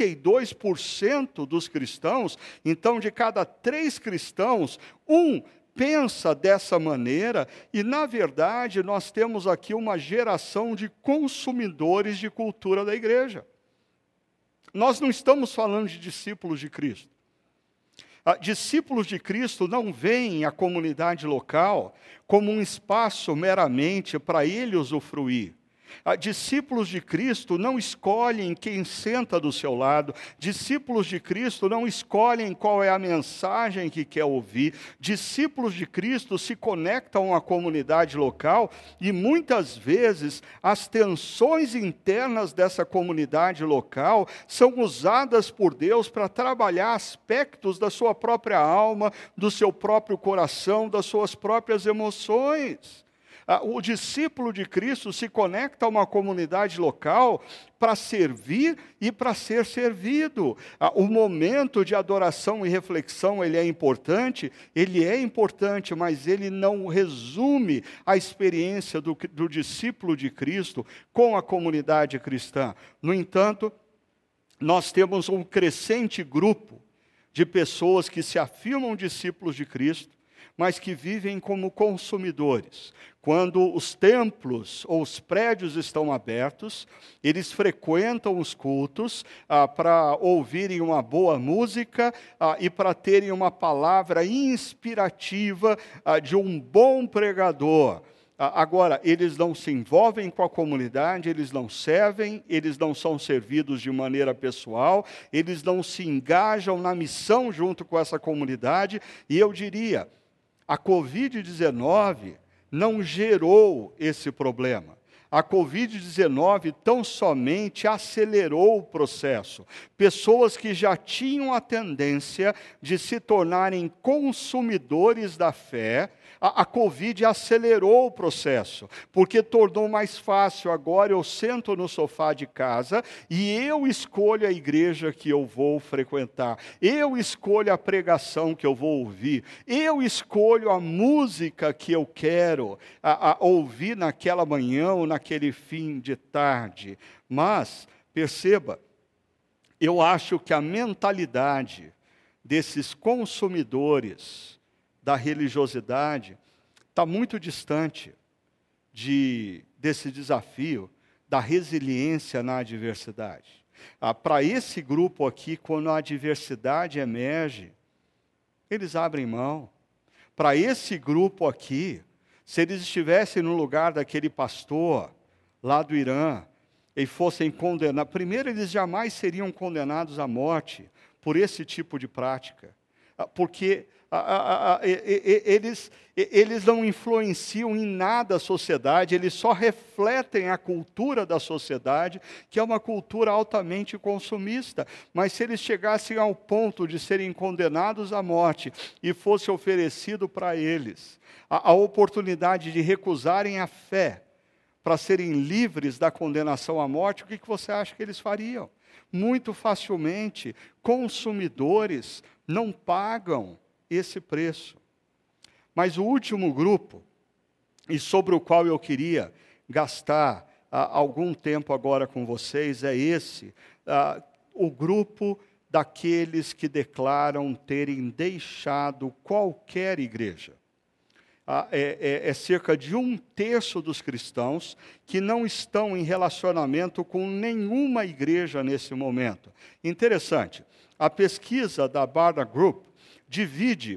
32% dos cristãos. Então, de cada 3 cristãos, um pensa dessa maneira, e na verdade nós temos aqui uma geração de consumidores de cultura da igreja. Nós não estamos falando de discípulos de Cristo. Discípulos de Cristo não veem a comunidade local como um espaço meramente para ele usufruir. Discípulos de Cristo não escolhem quem senta do seu lado. Discípulos de Cristo não escolhem qual é a mensagem que quer ouvir. Discípulos de Cristo se conectam à comunidade local e muitas vezes as tensões internas dessa comunidade local são usadas por Deus para trabalhar aspectos da sua própria alma, do seu próprio coração, das suas próprias emoções. O discípulo de Cristo se conecta a uma comunidade local para servir e para ser servido. O momento de adoração e reflexão, ele é importante, mas ele não resume a experiência do discípulo de Cristo com a comunidade cristã. No entanto, nós temos um crescente grupo de pessoas que se afirmam discípulos de Cristo, mas que vivem como consumidores. Quando os templos ou os prédios estão abertos, eles frequentam os cultos para ouvirem uma boa música e para terem uma palavra inspirativa de um bom pregador. Agora, eles não se envolvem com a comunidade, eles não servem, eles não são servidos de maneira pessoal, eles não se engajam na missão junto com essa comunidade, e eu diria, a Covid-19 não gerou esse problema. A Covid-19 tão somente acelerou o processo. Pessoas que já tinham a tendência de se tornarem consumidores da fé, A Covid acelerou o processo, porque tornou mais fácil. Agora eu sento no sofá de casa e eu escolho a igreja que eu vou frequentar. Eu escolho a pregação que eu vou ouvir. Eu escolho a música que eu quero ouvir naquela manhã ou naquele fim de tarde. Mas, perceba, eu acho que a mentalidade desses consumidores da religiosidade está muito distante desse desafio da resiliência na adversidade. Para esse grupo aqui, quando a adversidade emerge, eles abrem mão. Para esse grupo aqui, se eles estivessem no lugar daquele pastor lá do Irã e fossem condenados, primeiro, eles jamais seriam condenados à morte por esse tipo de prática, porque eles não influenciam em nada a sociedade, eles só refletem a cultura da sociedade, que é uma cultura altamente consumista. Mas se eles chegassem ao ponto de serem condenados à morte e fosse oferecido para eles a oportunidade de recusarem a fé para serem livres da condenação à morte, o que você acha que eles fariam? Muito facilmente, consumidores não pagam esse preço. Mas o último grupo, e sobre o qual eu queria gastar algum tempo agora com vocês, é esse, o grupo daqueles que declaram terem deixado qualquer igreja. É cerca de 1/3 dos cristãos que não estão em relacionamento com nenhuma igreja nesse momento. Interessante, a pesquisa da Barna Group divide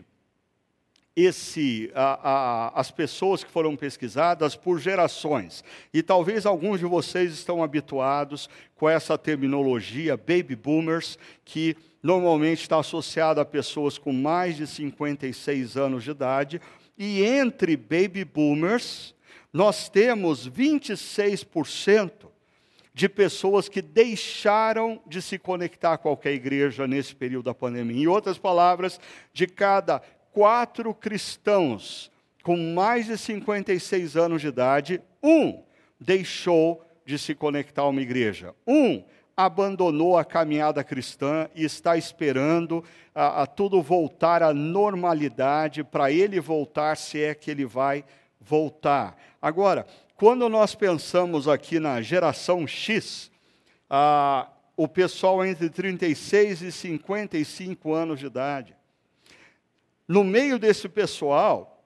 as pessoas que foram pesquisadas por gerações. E talvez alguns de vocês estão habituados com essa terminologia, baby boomers, que normalmente está associada a pessoas com mais de 56 anos de idade. E entre baby boomers, nós temos 26% de pessoas que deixaram de se conectar a qualquer igreja nesse período da pandemia. Em outras palavras, de cada 4 cristãos com mais de 56 anos de idade, 1 deixou de se conectar a uma igreja. 1 abandonou a caminhada cristã e está esperando a tudo voltar à normalidade, para ele voltar, se é que ele vai voltar. Agora, quando nós pensamos aqui na geração X, o pessoal entre 36 e 55 anos de idade, no meio desse pessoal,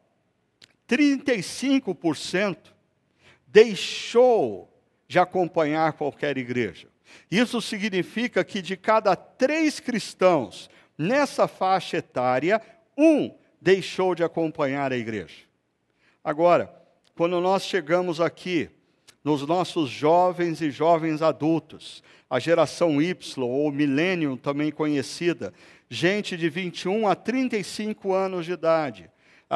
35% deixou de acompanhar qualquer igreja. Isso significa que de cada 3 cristãos nessa faixa etária, 1 deixou de acompanhar a igreja. Agora, quando nós chegamos aqui, nos nossos jovens e jovens adultos, a geração Y, ou Millennium, também conhecida, gente de 21 a 35 anos de idade,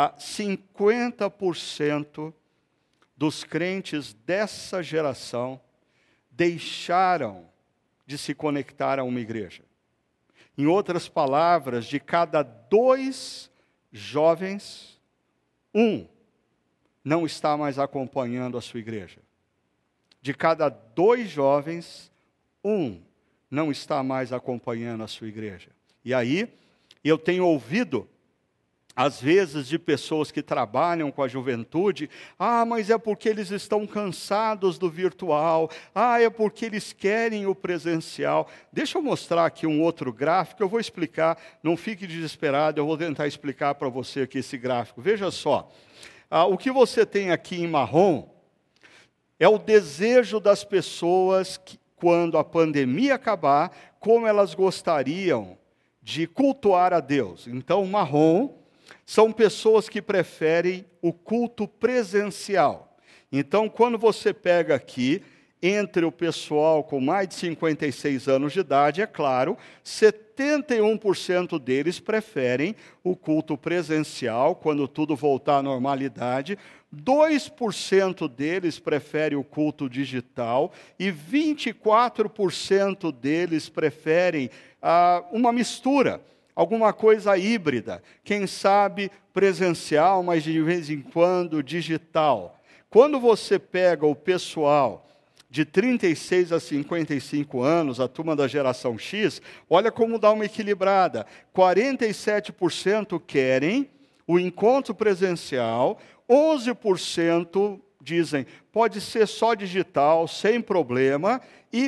50% dos crentes dessa geração deixaram de se conectar a uma igreja. Em outras palavras, de cada 2 jovens, 1 não está mais acompanhando a sua igreja. De cada 2 jovens, 1 não está mais acompanhando a sua igreja. E aí, eu tenho ouvido, às vezes, de pessoas que trabalham com a juventude, mas é porque eles estão cansados do virtual, é porque eles querem o presencial. Deixa eu mostrar aqui um outro gráfico, eu vou explicar, não fique desesperado, eu vou tentar explicar para você aqui esse gráfico. Veja só, o que você tem aqui em marrom é o desejo das pessoas que, quando a pandemia acabar, como elas gostariam de cultuar a Deus. Então, marrom são pessoas que preferem o culto presencial. Então, quando você pega aqui, entre o pessoal com mais de 56 anos de idade, é claro, 71% deles preferem o culto presencial, quando tudo voltar à normalidade, 2% deles preferem o culto digital e 24% deles preferem uma mistura alguma coisa híbrida, quem sabe presencial, mas de vez em quando digital. Quando você pega o pessoal de 36 a 55 anos, a turma da geração X, olha como dá uma equilibrada. 47% querem o encontro presencial, 11% dizem pode ser só digital, sem problema, e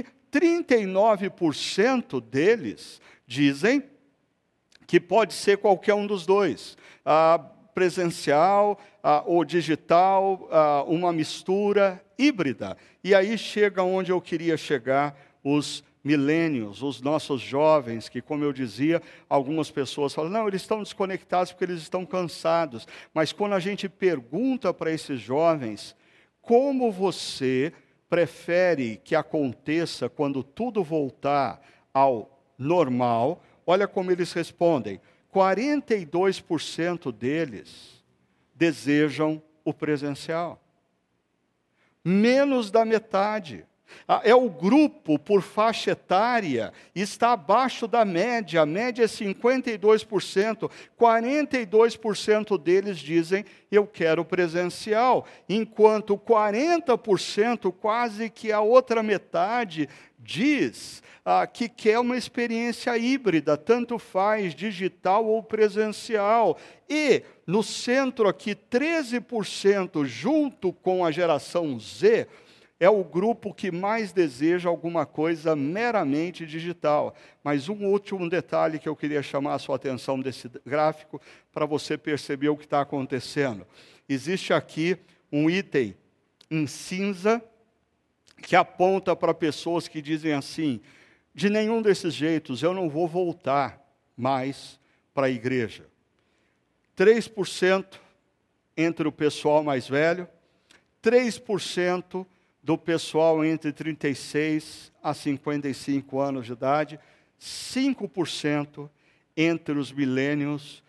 39% deles dizem que pode ser qualquer um dos dois, presencial ou digital, uma mistura híbrida. E aí chega onde eu queria chegar, os milênios, os nossos jovens, que, como eu dizia, algumas pessoas falam, não, eles estão desconectados porque eles estão cansados. Mas quando a gente pergunta para esses jovens, como você prefere que aconteça quando tudo voltar ao normal, olha como eles respondem. 42% deles desejam o presencial. Menos da metade. É o grupo, por faixa etária, está abaixo da média. A média é 52%. 42% deles dizem, eu quero presencial. Enquanto 40%, quase que a outra metade, diz que quer uma experiência híbrida, tanto faz digital ou presencial. E, no centro aqui, 13%, junto com a geração Z, é o grupo que mais deseja alguma coisa meramente digital. Mas um último detalhe que eu queria chamar a sua atenção desse gráfico, para você perceber o que está acontecendo. Existe aqui um item em cinza, que aponta para pessoas que dizem assim, de nenhum desses jeitos eu não vou voltar mais para a igreja. 3% entre o pessoal mais velho, 3% do pessoal entre 36 a 55 anos de idade, 5% entre os milênios,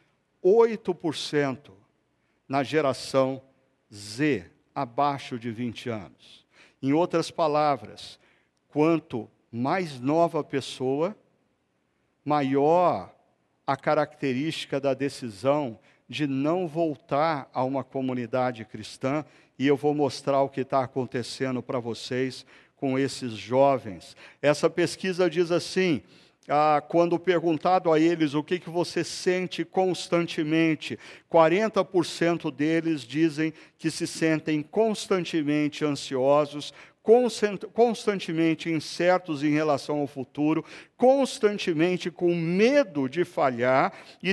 8% na geração Z, abaixo de 20 anos. Em outras palavras, quanto mais nova a pessoa, maior a característica da decisão de não voltar a uma comunidade cristã, e eu vou mostrar o que está acontecendo para vocês com esses jovens. Essa pesquisa diz assim, quando perguntado a eles o que você sente constantemente, 40% deles dizem que se sentem constantemente ansiosos, constantemente incertos em relação ao futuro, constantemente com medo de falhar, e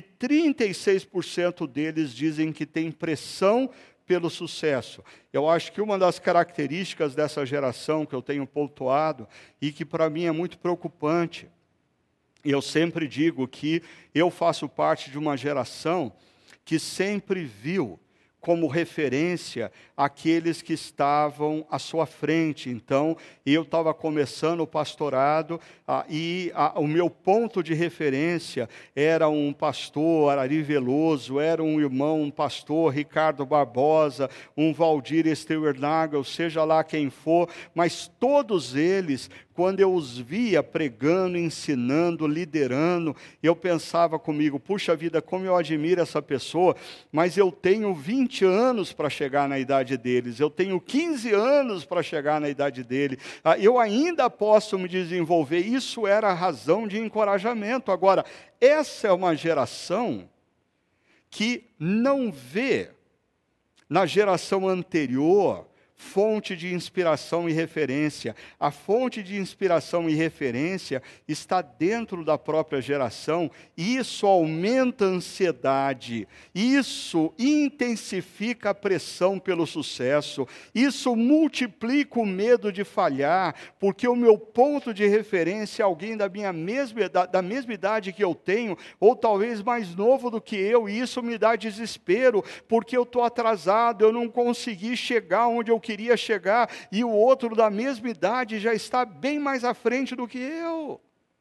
36% deles dizem que tem pressão pelo sucesso. Eu acho que uma das características dessa geração que eu tenho pontuado, e que para mim é muito preocupante, eu sempre digo que eu faço parte de uma geração que sempre viu como referência aqueles que estavam à sua frente. Então, eu estava começando o pastorado e o meu ponto de referência era um pastor, Arari Veloso, era um irmão, um pastor, Ricardo Barbosa, um Valdir Steuernagel, seja lá quem for, mas todos eles, quando eu os via pregando, ensinando, liderando, eu pensava comigo, puxa vida, como eu admiro essa pessoa, mas eu tenho 20 anos para chegar na idade deles, eu tenho 15 anos para chegar na idade dele, eu ainda posso me desenvolver. Isso era a razão de encorajamento. Agora, essa é uma geração que não vê na geração anterior fonte de inspiração e referência. A fonte de inspiração e referência está dentro da própria geração, e isso aumenta a ansiedade, isso intensifica a pressão pelo sucesso, isso multiplica o medo de falhar, porque o meu ponto de referência é alguém da mesma idade que eu tenho, ou talvez mais novo do que eu, e isso me dá desespero, porque eu estou atrasado, eu não consegui chegar onde eu queria chegar, e o outro da mesma idade já está bem mais à frente do que eu.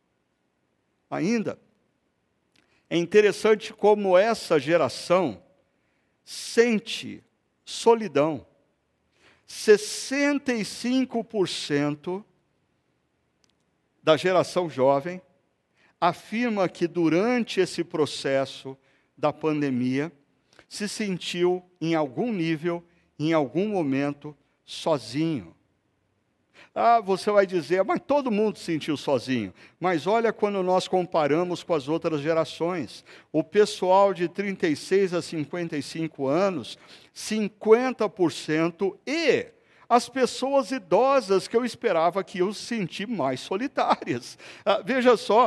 Ainda, é interessante como essa geração sente solidão. 65% da geração jovem afirma que durante esse processo da pandemia, se sentiu em algum nível, em algum momento, sozinho. Você vai dizer, mas todo mundo se sentiu sozinho. Mas olha quando nós comparamos com as outras gerações. O pessoal de 36 a 55 anos, 50% e as pessoas idosas que eu esperava que iam se sentir mais solitárias. Veja só,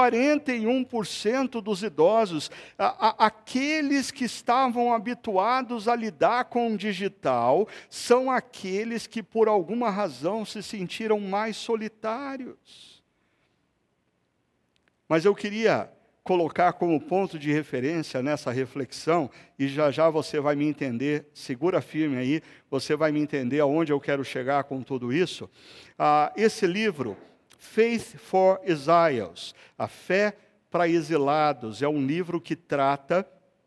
41% dos idosos, aqueles que estavam habituados a lidar com o digital, são aqueles que por alguma razão se sentiram mais solitários. Mas eu queria colocar como ponto de referência nessa reflexão, e já já você vai me entender, segura firme aí, você vai me entender aonde eu quero chegar com tudo isso. Esse livro, Faith for Exiles, A Fé para Exilados, é um livro que trata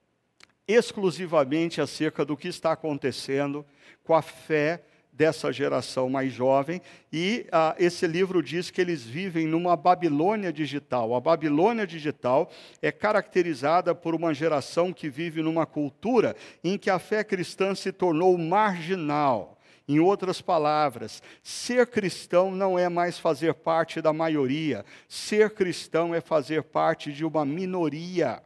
exclusivamente acerca do que está acontecendo com a fé dessa geração mais jovem, e esse livro diz que eles vivem numa Babilônia digital. A Babilônia digital é caracterizada por uma geração que vive numa cultura em que a fé cristã se tornou marginal. Em outras palavras, ser cristão não é mais fazer parte da maioria, ser cristão é fazer parte de uma minoria.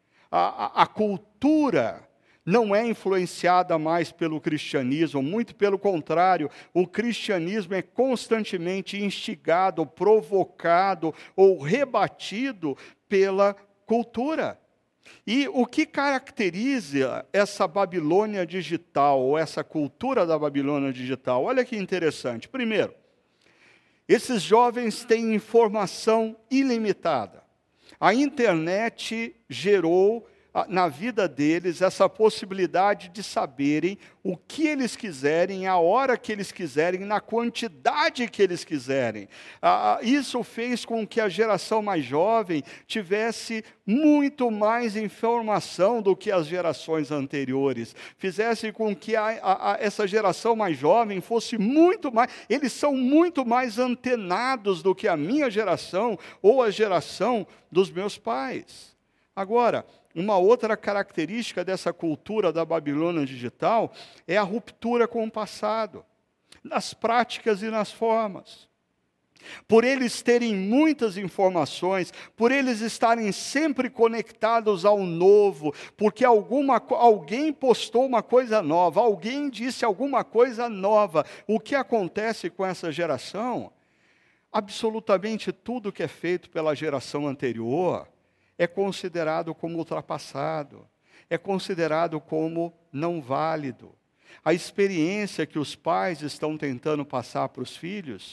A cultura não é influenciada mais pelo cristianismo, muito pelo contrário, o cristianismo é constantemente instigado, provocado ou rebatido pela cultura. E o que caracteriza essa Babilônia digital, ou essa cultura da Babilônia digital? Olha que interessante. Primeiro, esses jovens têm informação ilimitada. A internet gerou na vida deles essa possibilidade de saberem o que eles quiserem, a hora que eles quiserem, na quantidade que eles quiserem. Isso fez com que a geração mais jovem tivesse muito mais informação do que as gerações anteriores. Fizesse com que essa geração mais jovem fosse muito mais... Eles são muito mais antenados do que a minha geração ou a geração dos meus pais. Agora, uma outra característica dessa cultura da Babilônia digital é a ruptura com o passado, nas práticas e nas formas. Por eles terem muitas informações, por eles estarem sempre conectados ao novo, porque alguém postou uma coisa nova, alguém disse alguma coisa nova. O que acontece com essa geração? Absolutamente tudo que é feito pela geração anterior é considerado como ultrapassado, é considerado como não válido. A experiência que os pais estão tentando passar para os filhos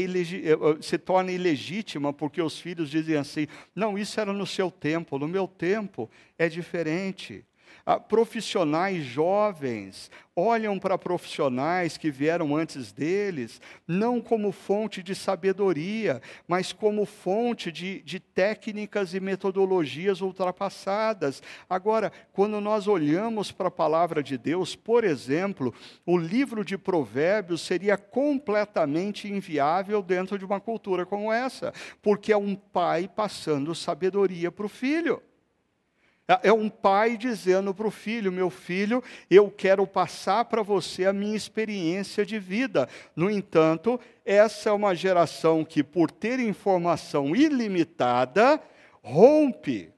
se torna ilegítima, porque os filhos dizem assim, não, isso era no seu tempo, no meu tempo é diferente. Profissionais jovens olham para profissionais que vieram antes deles, não como fonte de sabedoria, mas como fonte de técnicas e metodologias ultrapassadas. Agora, quando nós olhamos para a palavra de Deus, por exemplo, o livro de Provérbios seria completamente inviável dentro de uma cultura como essa, porque é um pai passando sabedoria para o filho. É um pai dizendo para o filho, meu filho, eu quero passar para você a minha experiência de vida. No entanto, essa é uma geração que, por ter informação ilimitada, rompe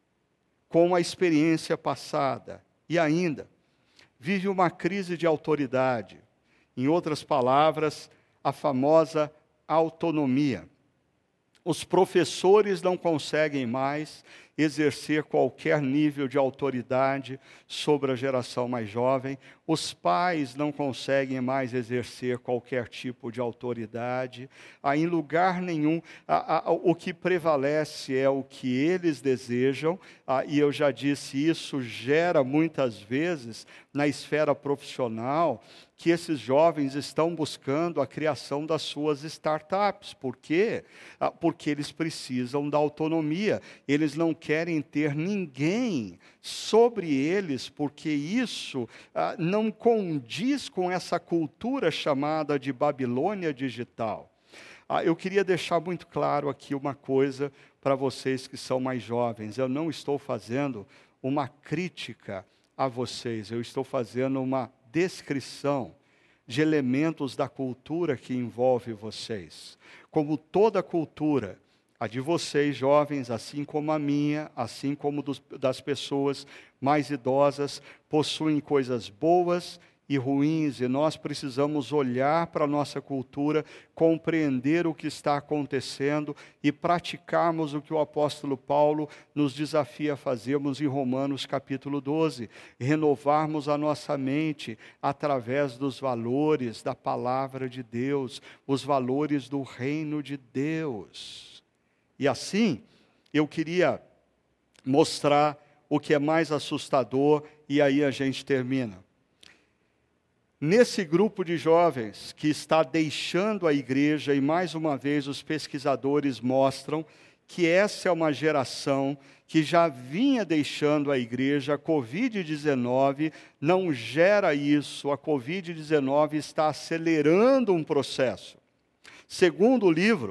com a experiência passada. E ainda, vive uma crise de autoridade. Em outras palavras, a famosa autonomia. Os professores não conseguem mais exercer qualquer nível de autoridade sobre a geração mais jovem. Os pais não conseguem mais exercer qualquer tipo de autoridade. Em lugar nenhum, o que prevalece é o que eles desejam. E eu já disse, isso gera muitas vezes, na esfera profissional, que esses jovens estão buscando a criação das suas startups. Por quê? Porque eles precisam da autonomia. Eles não querem ter ninguém sobre eles, porque isso não condiz com essa cultura chamada de Babilônia digital. Eu queria deixar muito claro aqui uma coisa para vocês que são mais jovens. Eu não estou fazendo uma crítica a vocês, eu estou fazendo uma descrição de elementos da cultura que envolve vocês. Como toda cultura, a de vocês jovens, assim como a minha, assim como das pessoas mais idosas, possuem coisas boas e ruins, e nós precisamos olhar para a nossa cultura, compreender o que está acontecendo e praticarmos o que o apóstolo Paulo nos desafia a fazermos em Romanos capítulo 12, renovarmos a nossa mente através dos valores da palavra de Deus, os valores do reino de Deus. E assim, eu queria mostrar o que é mais assustador, e aí a gente termina. Nesse grupo de jovens que está deixando a igreja, e mais uma vez os pesquisadores mostram que essa é uma geração que já vinha deixando a igreja, a Covid-19 não gera isso, a Covid-19 está acelerando um processo. Segundo o livro,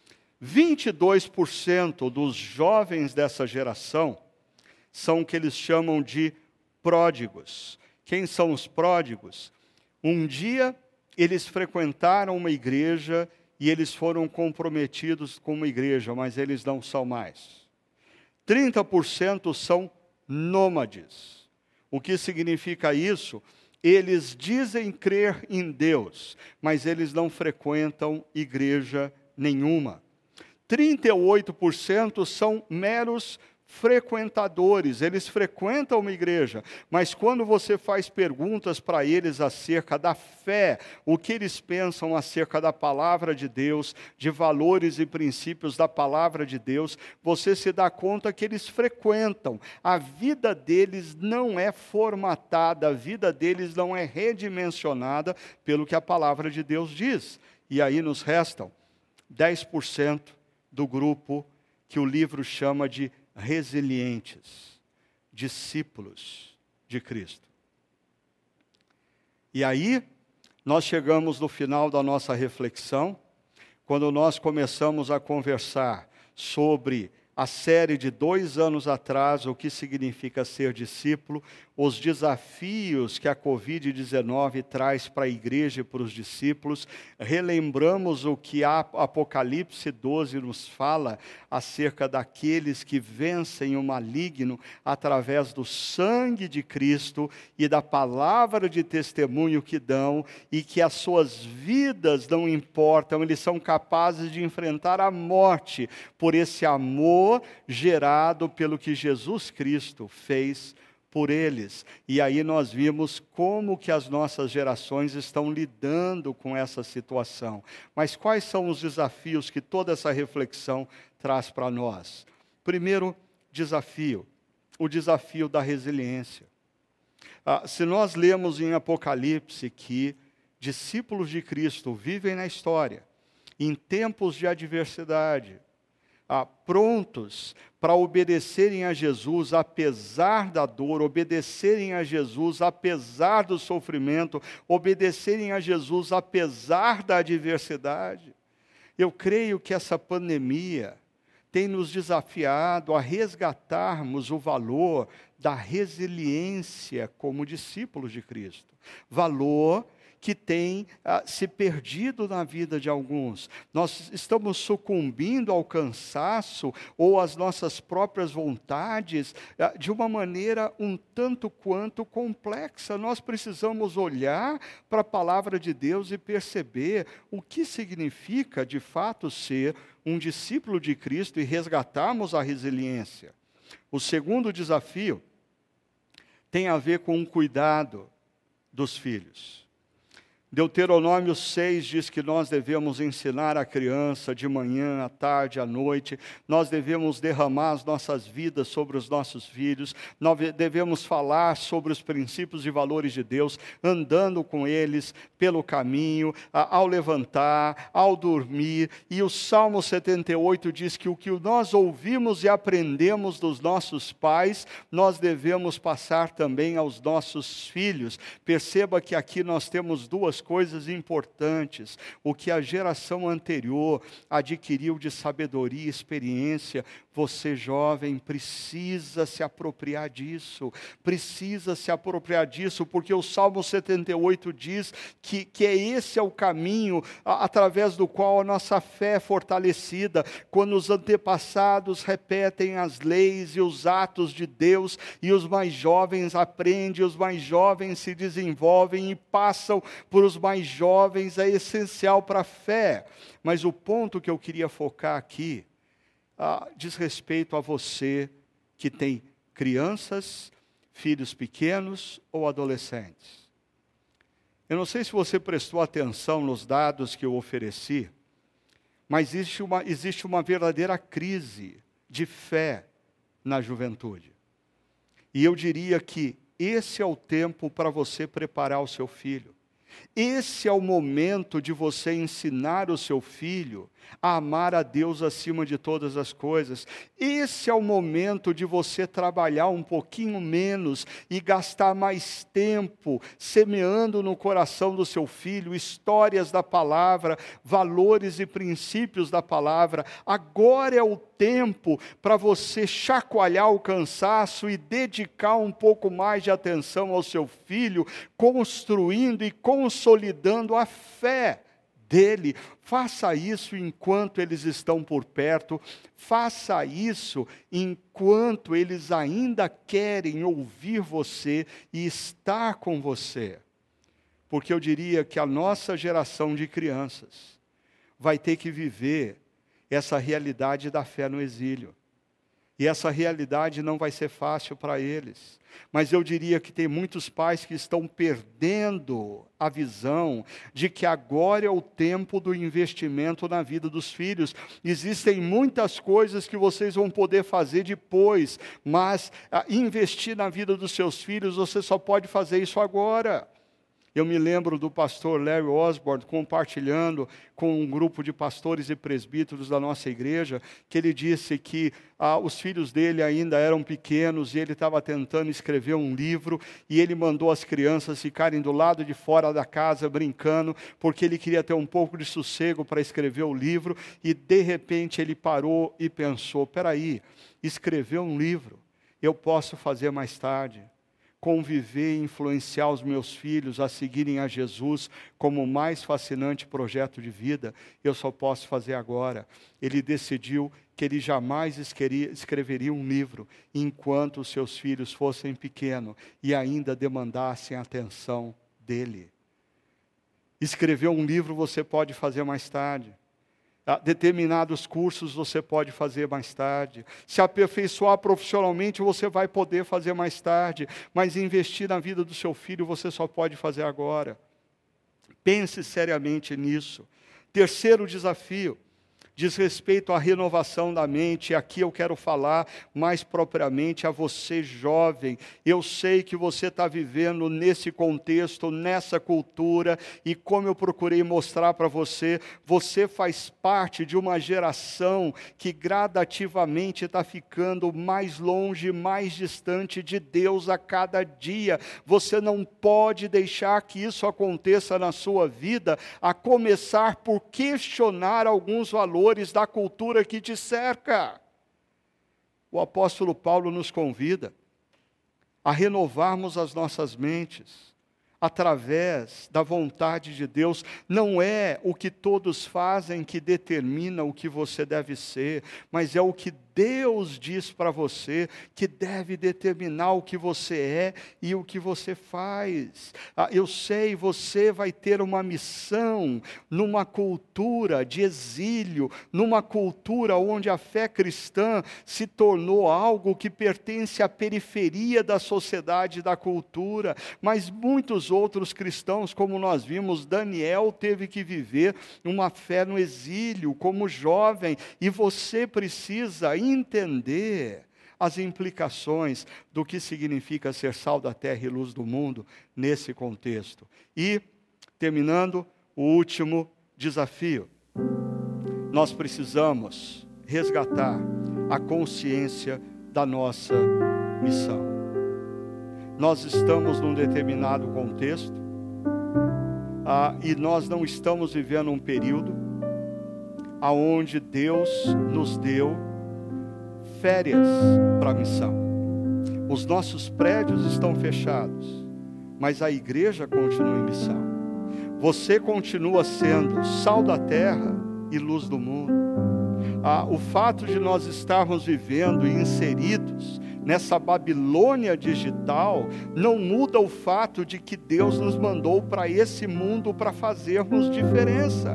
22% dos jovens dessa geração são o que eles chamam de pródigos. Quem são os pródigos? Um dia, eles frequentaram uma igreja e eles foram comprometidos com uma igreja, mas eles não são mais. 30% são nômades. O que significa isso? Eles dizem crer em Deus, mas eles não frequentam igreja nenhuma. 38% são meros frequentadores, eles frequentam uma igreja, mas quando você faz perguntas para eles acerca da fé, o que eles pensam acerca da palavra de Deus, de valores e princípios da palavra de Deus, você se dá conta que eles frequentam. A vida deles não é formatada, a vida deles não é redimensionada pelo que a palavra de Deus diz. E aí nos restam 10% do grupo que o livro chama de resilientes, discípulos de Cristo. E aí, nós chegamos no final da nossa reflexão, quando nós começamos a conversar sobre a série de 2 anos atrás, o que significa ser discípulo, os desafios que a Covid-19 traz para a igreja e para os discípulos, relembramos o que a Apocalipse 12 nos fala acerca daqueles que vencem o maligno através do sangue de Cristo e da palavra de testemunho que dão, e que as suas vidas não importam, eles são capazes de enfrentar a morte por esse amor gerado pelo que Jesus Cristo fez por eles. E aí nós vimos como que as nossas gerações estão lidando com essa situação. Mas quais são os desafios que toda essa reflexão traz para nós? Primeiro desafio, o desafio da resiliência. Se nós lemos em Apocalipse que discípulos de Cristo vivem na história, em tempos de adversidade, prontos para obedecerem a Jesus apesar da dor, obedecerem a Jesus apesar do sofrimento, obedecerem a Jesus apesar da adversidade. Eu creio que essa pandemia tem nos desafiado a resgatarmos o valor da resiliência como discípulos de Cristo. Valor que tem se perdido na vida de alguns. Nós estamos sucumbindo ao cansaço ou às nossas próprias vontades de uma maneira um tanto quanto complexa. Nós precisamos olhar para a palavra de Deus e perceber o que significa, de fato, ser um discípulo de Cristo e resgatarmos a resiliência. O segundo desafio tem a ver com o cuidado dos filhos. Deuteronômio 6 diz que nós devemos ensinar a criança de manhã, à tarde, à noite, nós devemos derramar as nossas vidas sobre os nossos filhos, nós devemos falar sobre os princípios e valores de Deus, andando com eles pelo caminho, ao levantar, ao dormir. E o Salmo 78 diz que o que nós ouvimos e aprendemos dos nossos pais, nós devemos passar também aos nossos filhos. Perceba que aqui nós temos duas as coisas importantes, o que a geração anterior adquiriu de sabedoria e experiência, você jovem precisa se apropriar disso, porque o Salmo 78 diz que esse é o caminho através do qual a nossa fé é fortalecida, quando os antepassados repetem as leis e os atos de Deus, e os mais jovens aprendem, os mais jovens se desenvolvem e passam por os mais jovens, é essencial para a fé. Mas o ponto que eu queria focar aqui, diz respeito a você que tem crianças, filhos pequenos ou adolescentes. Eu não sei se você prestou atenção nos dados que eu ofereci, mas existe uma verdadeira crise de fé na juventude. E eu diria que esse é o tempo para você preparar o seu filho. Esse é o momento de você ensinar o seu filho a amar a Deus acima de todas as coisas. Esse é o momento de você trabalhar um pouquinho menos e gastar mais tempo semeando no coração do seu filho histórias da palavra, valores e princípios da palavra. Agora é o tempo para você chacoalhar o cansaço e dedicar um pouco mais de atenção ao seu filho, construindo e consolidando a fé dele. Faça isso enquanto eles estão por perto, faça isso enquanto eles ainda querem ouvir você e estar com você. Porque eu diria que a nossa geração de crianças vai ter que viver essa realidade da fé no exílio. E essa realidade não vai ser fácil para eles. Mas eu diria que tem muitos pais que estão perdendo a visão de que agora é o tempo do investimento na vida dos filhos. Existem muitas coisas que vocês vão poder fazer depois, mas investir na vida dos seus filhos, você só pode fazer isso agora. Eu me lembro do pastor Larry Osborne compartilhando com um grupo de pastores e presbíteros da nossa igreja, que ele disse que os filhos dele ainda eram pequenos e ele estava tentando escrever um livro e ele mandou as crianças ficarem do lado de fora da casa brincando, porque ele queria ter um pouco de sossego para escrever o livro, e de repente ele parou e pensou, peraí, escrever um livro eu posso fazer mais tarde. Conviver e influenciar os meus filhos a seguirem a Jesus como o mais fascinante projeto de vida, eu só posso fazer agora. Ele decidiu que ele jamais escreveria um livro enquanto os seus filhos fossem pequenos e ainda demandassem a atenção dele. Escrever um livro você pode fazer mais tarde. Determinados cursos você pode fazer mais tarde. Se aperfeiçoar profissionalmente você vai poder fazer mais tarde. Mas investir na vida do seu filho você só pode fazer agora. Pense seriamente nisso. Terceiro desafio diz respeito à renovação da mente. Aqui eu quero falar mais propriamente a você jovem. Eu sei que você está vivendo nesse contexto, nessa cultura, e como eu procurei mostrar para você, você faz parte de uma geração que gradativamente está ficando mais longe, mais distante de Deus a cada dia. Você não pode deixar que isso aconteça na sua vida, a começar por questionar alguns valores da cultura que te cerca. O apóstolo Paulo nos convida a renovarmos as nossas mentes através da vontade de Deus. Não é o que todos fazem que determina o que você deve ser, mas é o que Deus diz para você que deve determinar o que você é e o que você faz. Eu sei, você vai ter uma missão numa cultura de exílio, numa cultura onde a fé cristã se tornou algo que pertence à periferia da sociedade e da cultura, mas muitos outros cristãos, como nós vimos, Daniel teve que viver uma fé no exílio como jovem, e você precisa entender as implicações do que significa ser sal da terra e luz do mundo nesse contexto. E, terminando, o último desafio. Nós precisamos resgatar a consciência da nossa missão. Nós estamos num determinado contexto, e nós não estamos vivendo um período aonde Deus nos deu férias para a missão. Os nossos prédios estão fechados, mas a igreja continua em missão. Você continua sendo sal da terra e luz do mundo. O fato de nós estarmos vivendo e inseridos nessa Babilônia digital não muda o fato de que Deus nos mandou para esse mundo para fazermos diferença.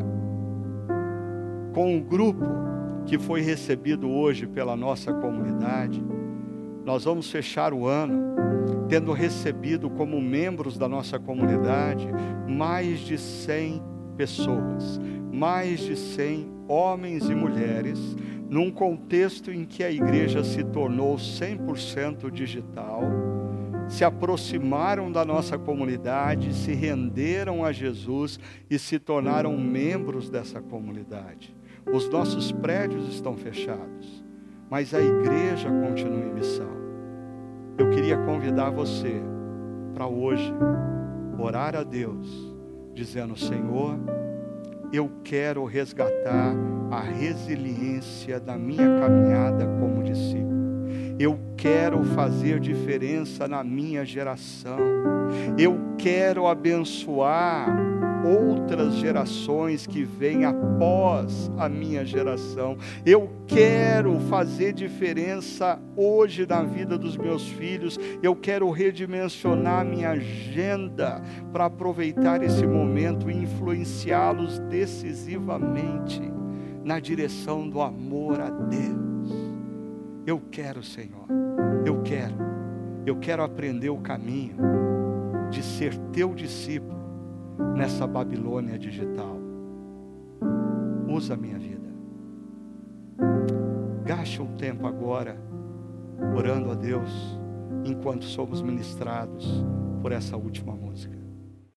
Com o grupo que foi recebido hoje pela nossa comunidade, nós vamos fechar o ano tendo recebido como membros da nossa comunidade mais de 100 pessoas, mais de 100 homens e mulheres, num contexto em que a igreja se tornou 100% digital, se aproximaram da nossa comunidade, se renderam a Jesus e se tornaram membros dessa comunidade. Os nossos prédios estão fechados, mas a igreja continua em missão. Eu queria convidar você para hoje orar a Deus, dizendo: Senhor, eu quero resgatar a resiliência da minha caminhada como discípulo. Eu quero fazer diferença na minha geração. Eu quero abençoar outras gerações que vêm após a minha geração. Eu quero fazer diferença hoje na vida dos meus filhos. Eu quero redimensionar minha agenda para aproveitar esse momento e influenciá-los decisivamente na direção do amor a Deus. Eu quero, Senhor, eu quero aprender o caminho de ser teu discípulo nessa Babilônia digital. Usa a minha vida. Gaste um tempo agora orando a Deus enquanto somos ministrados por essa última música.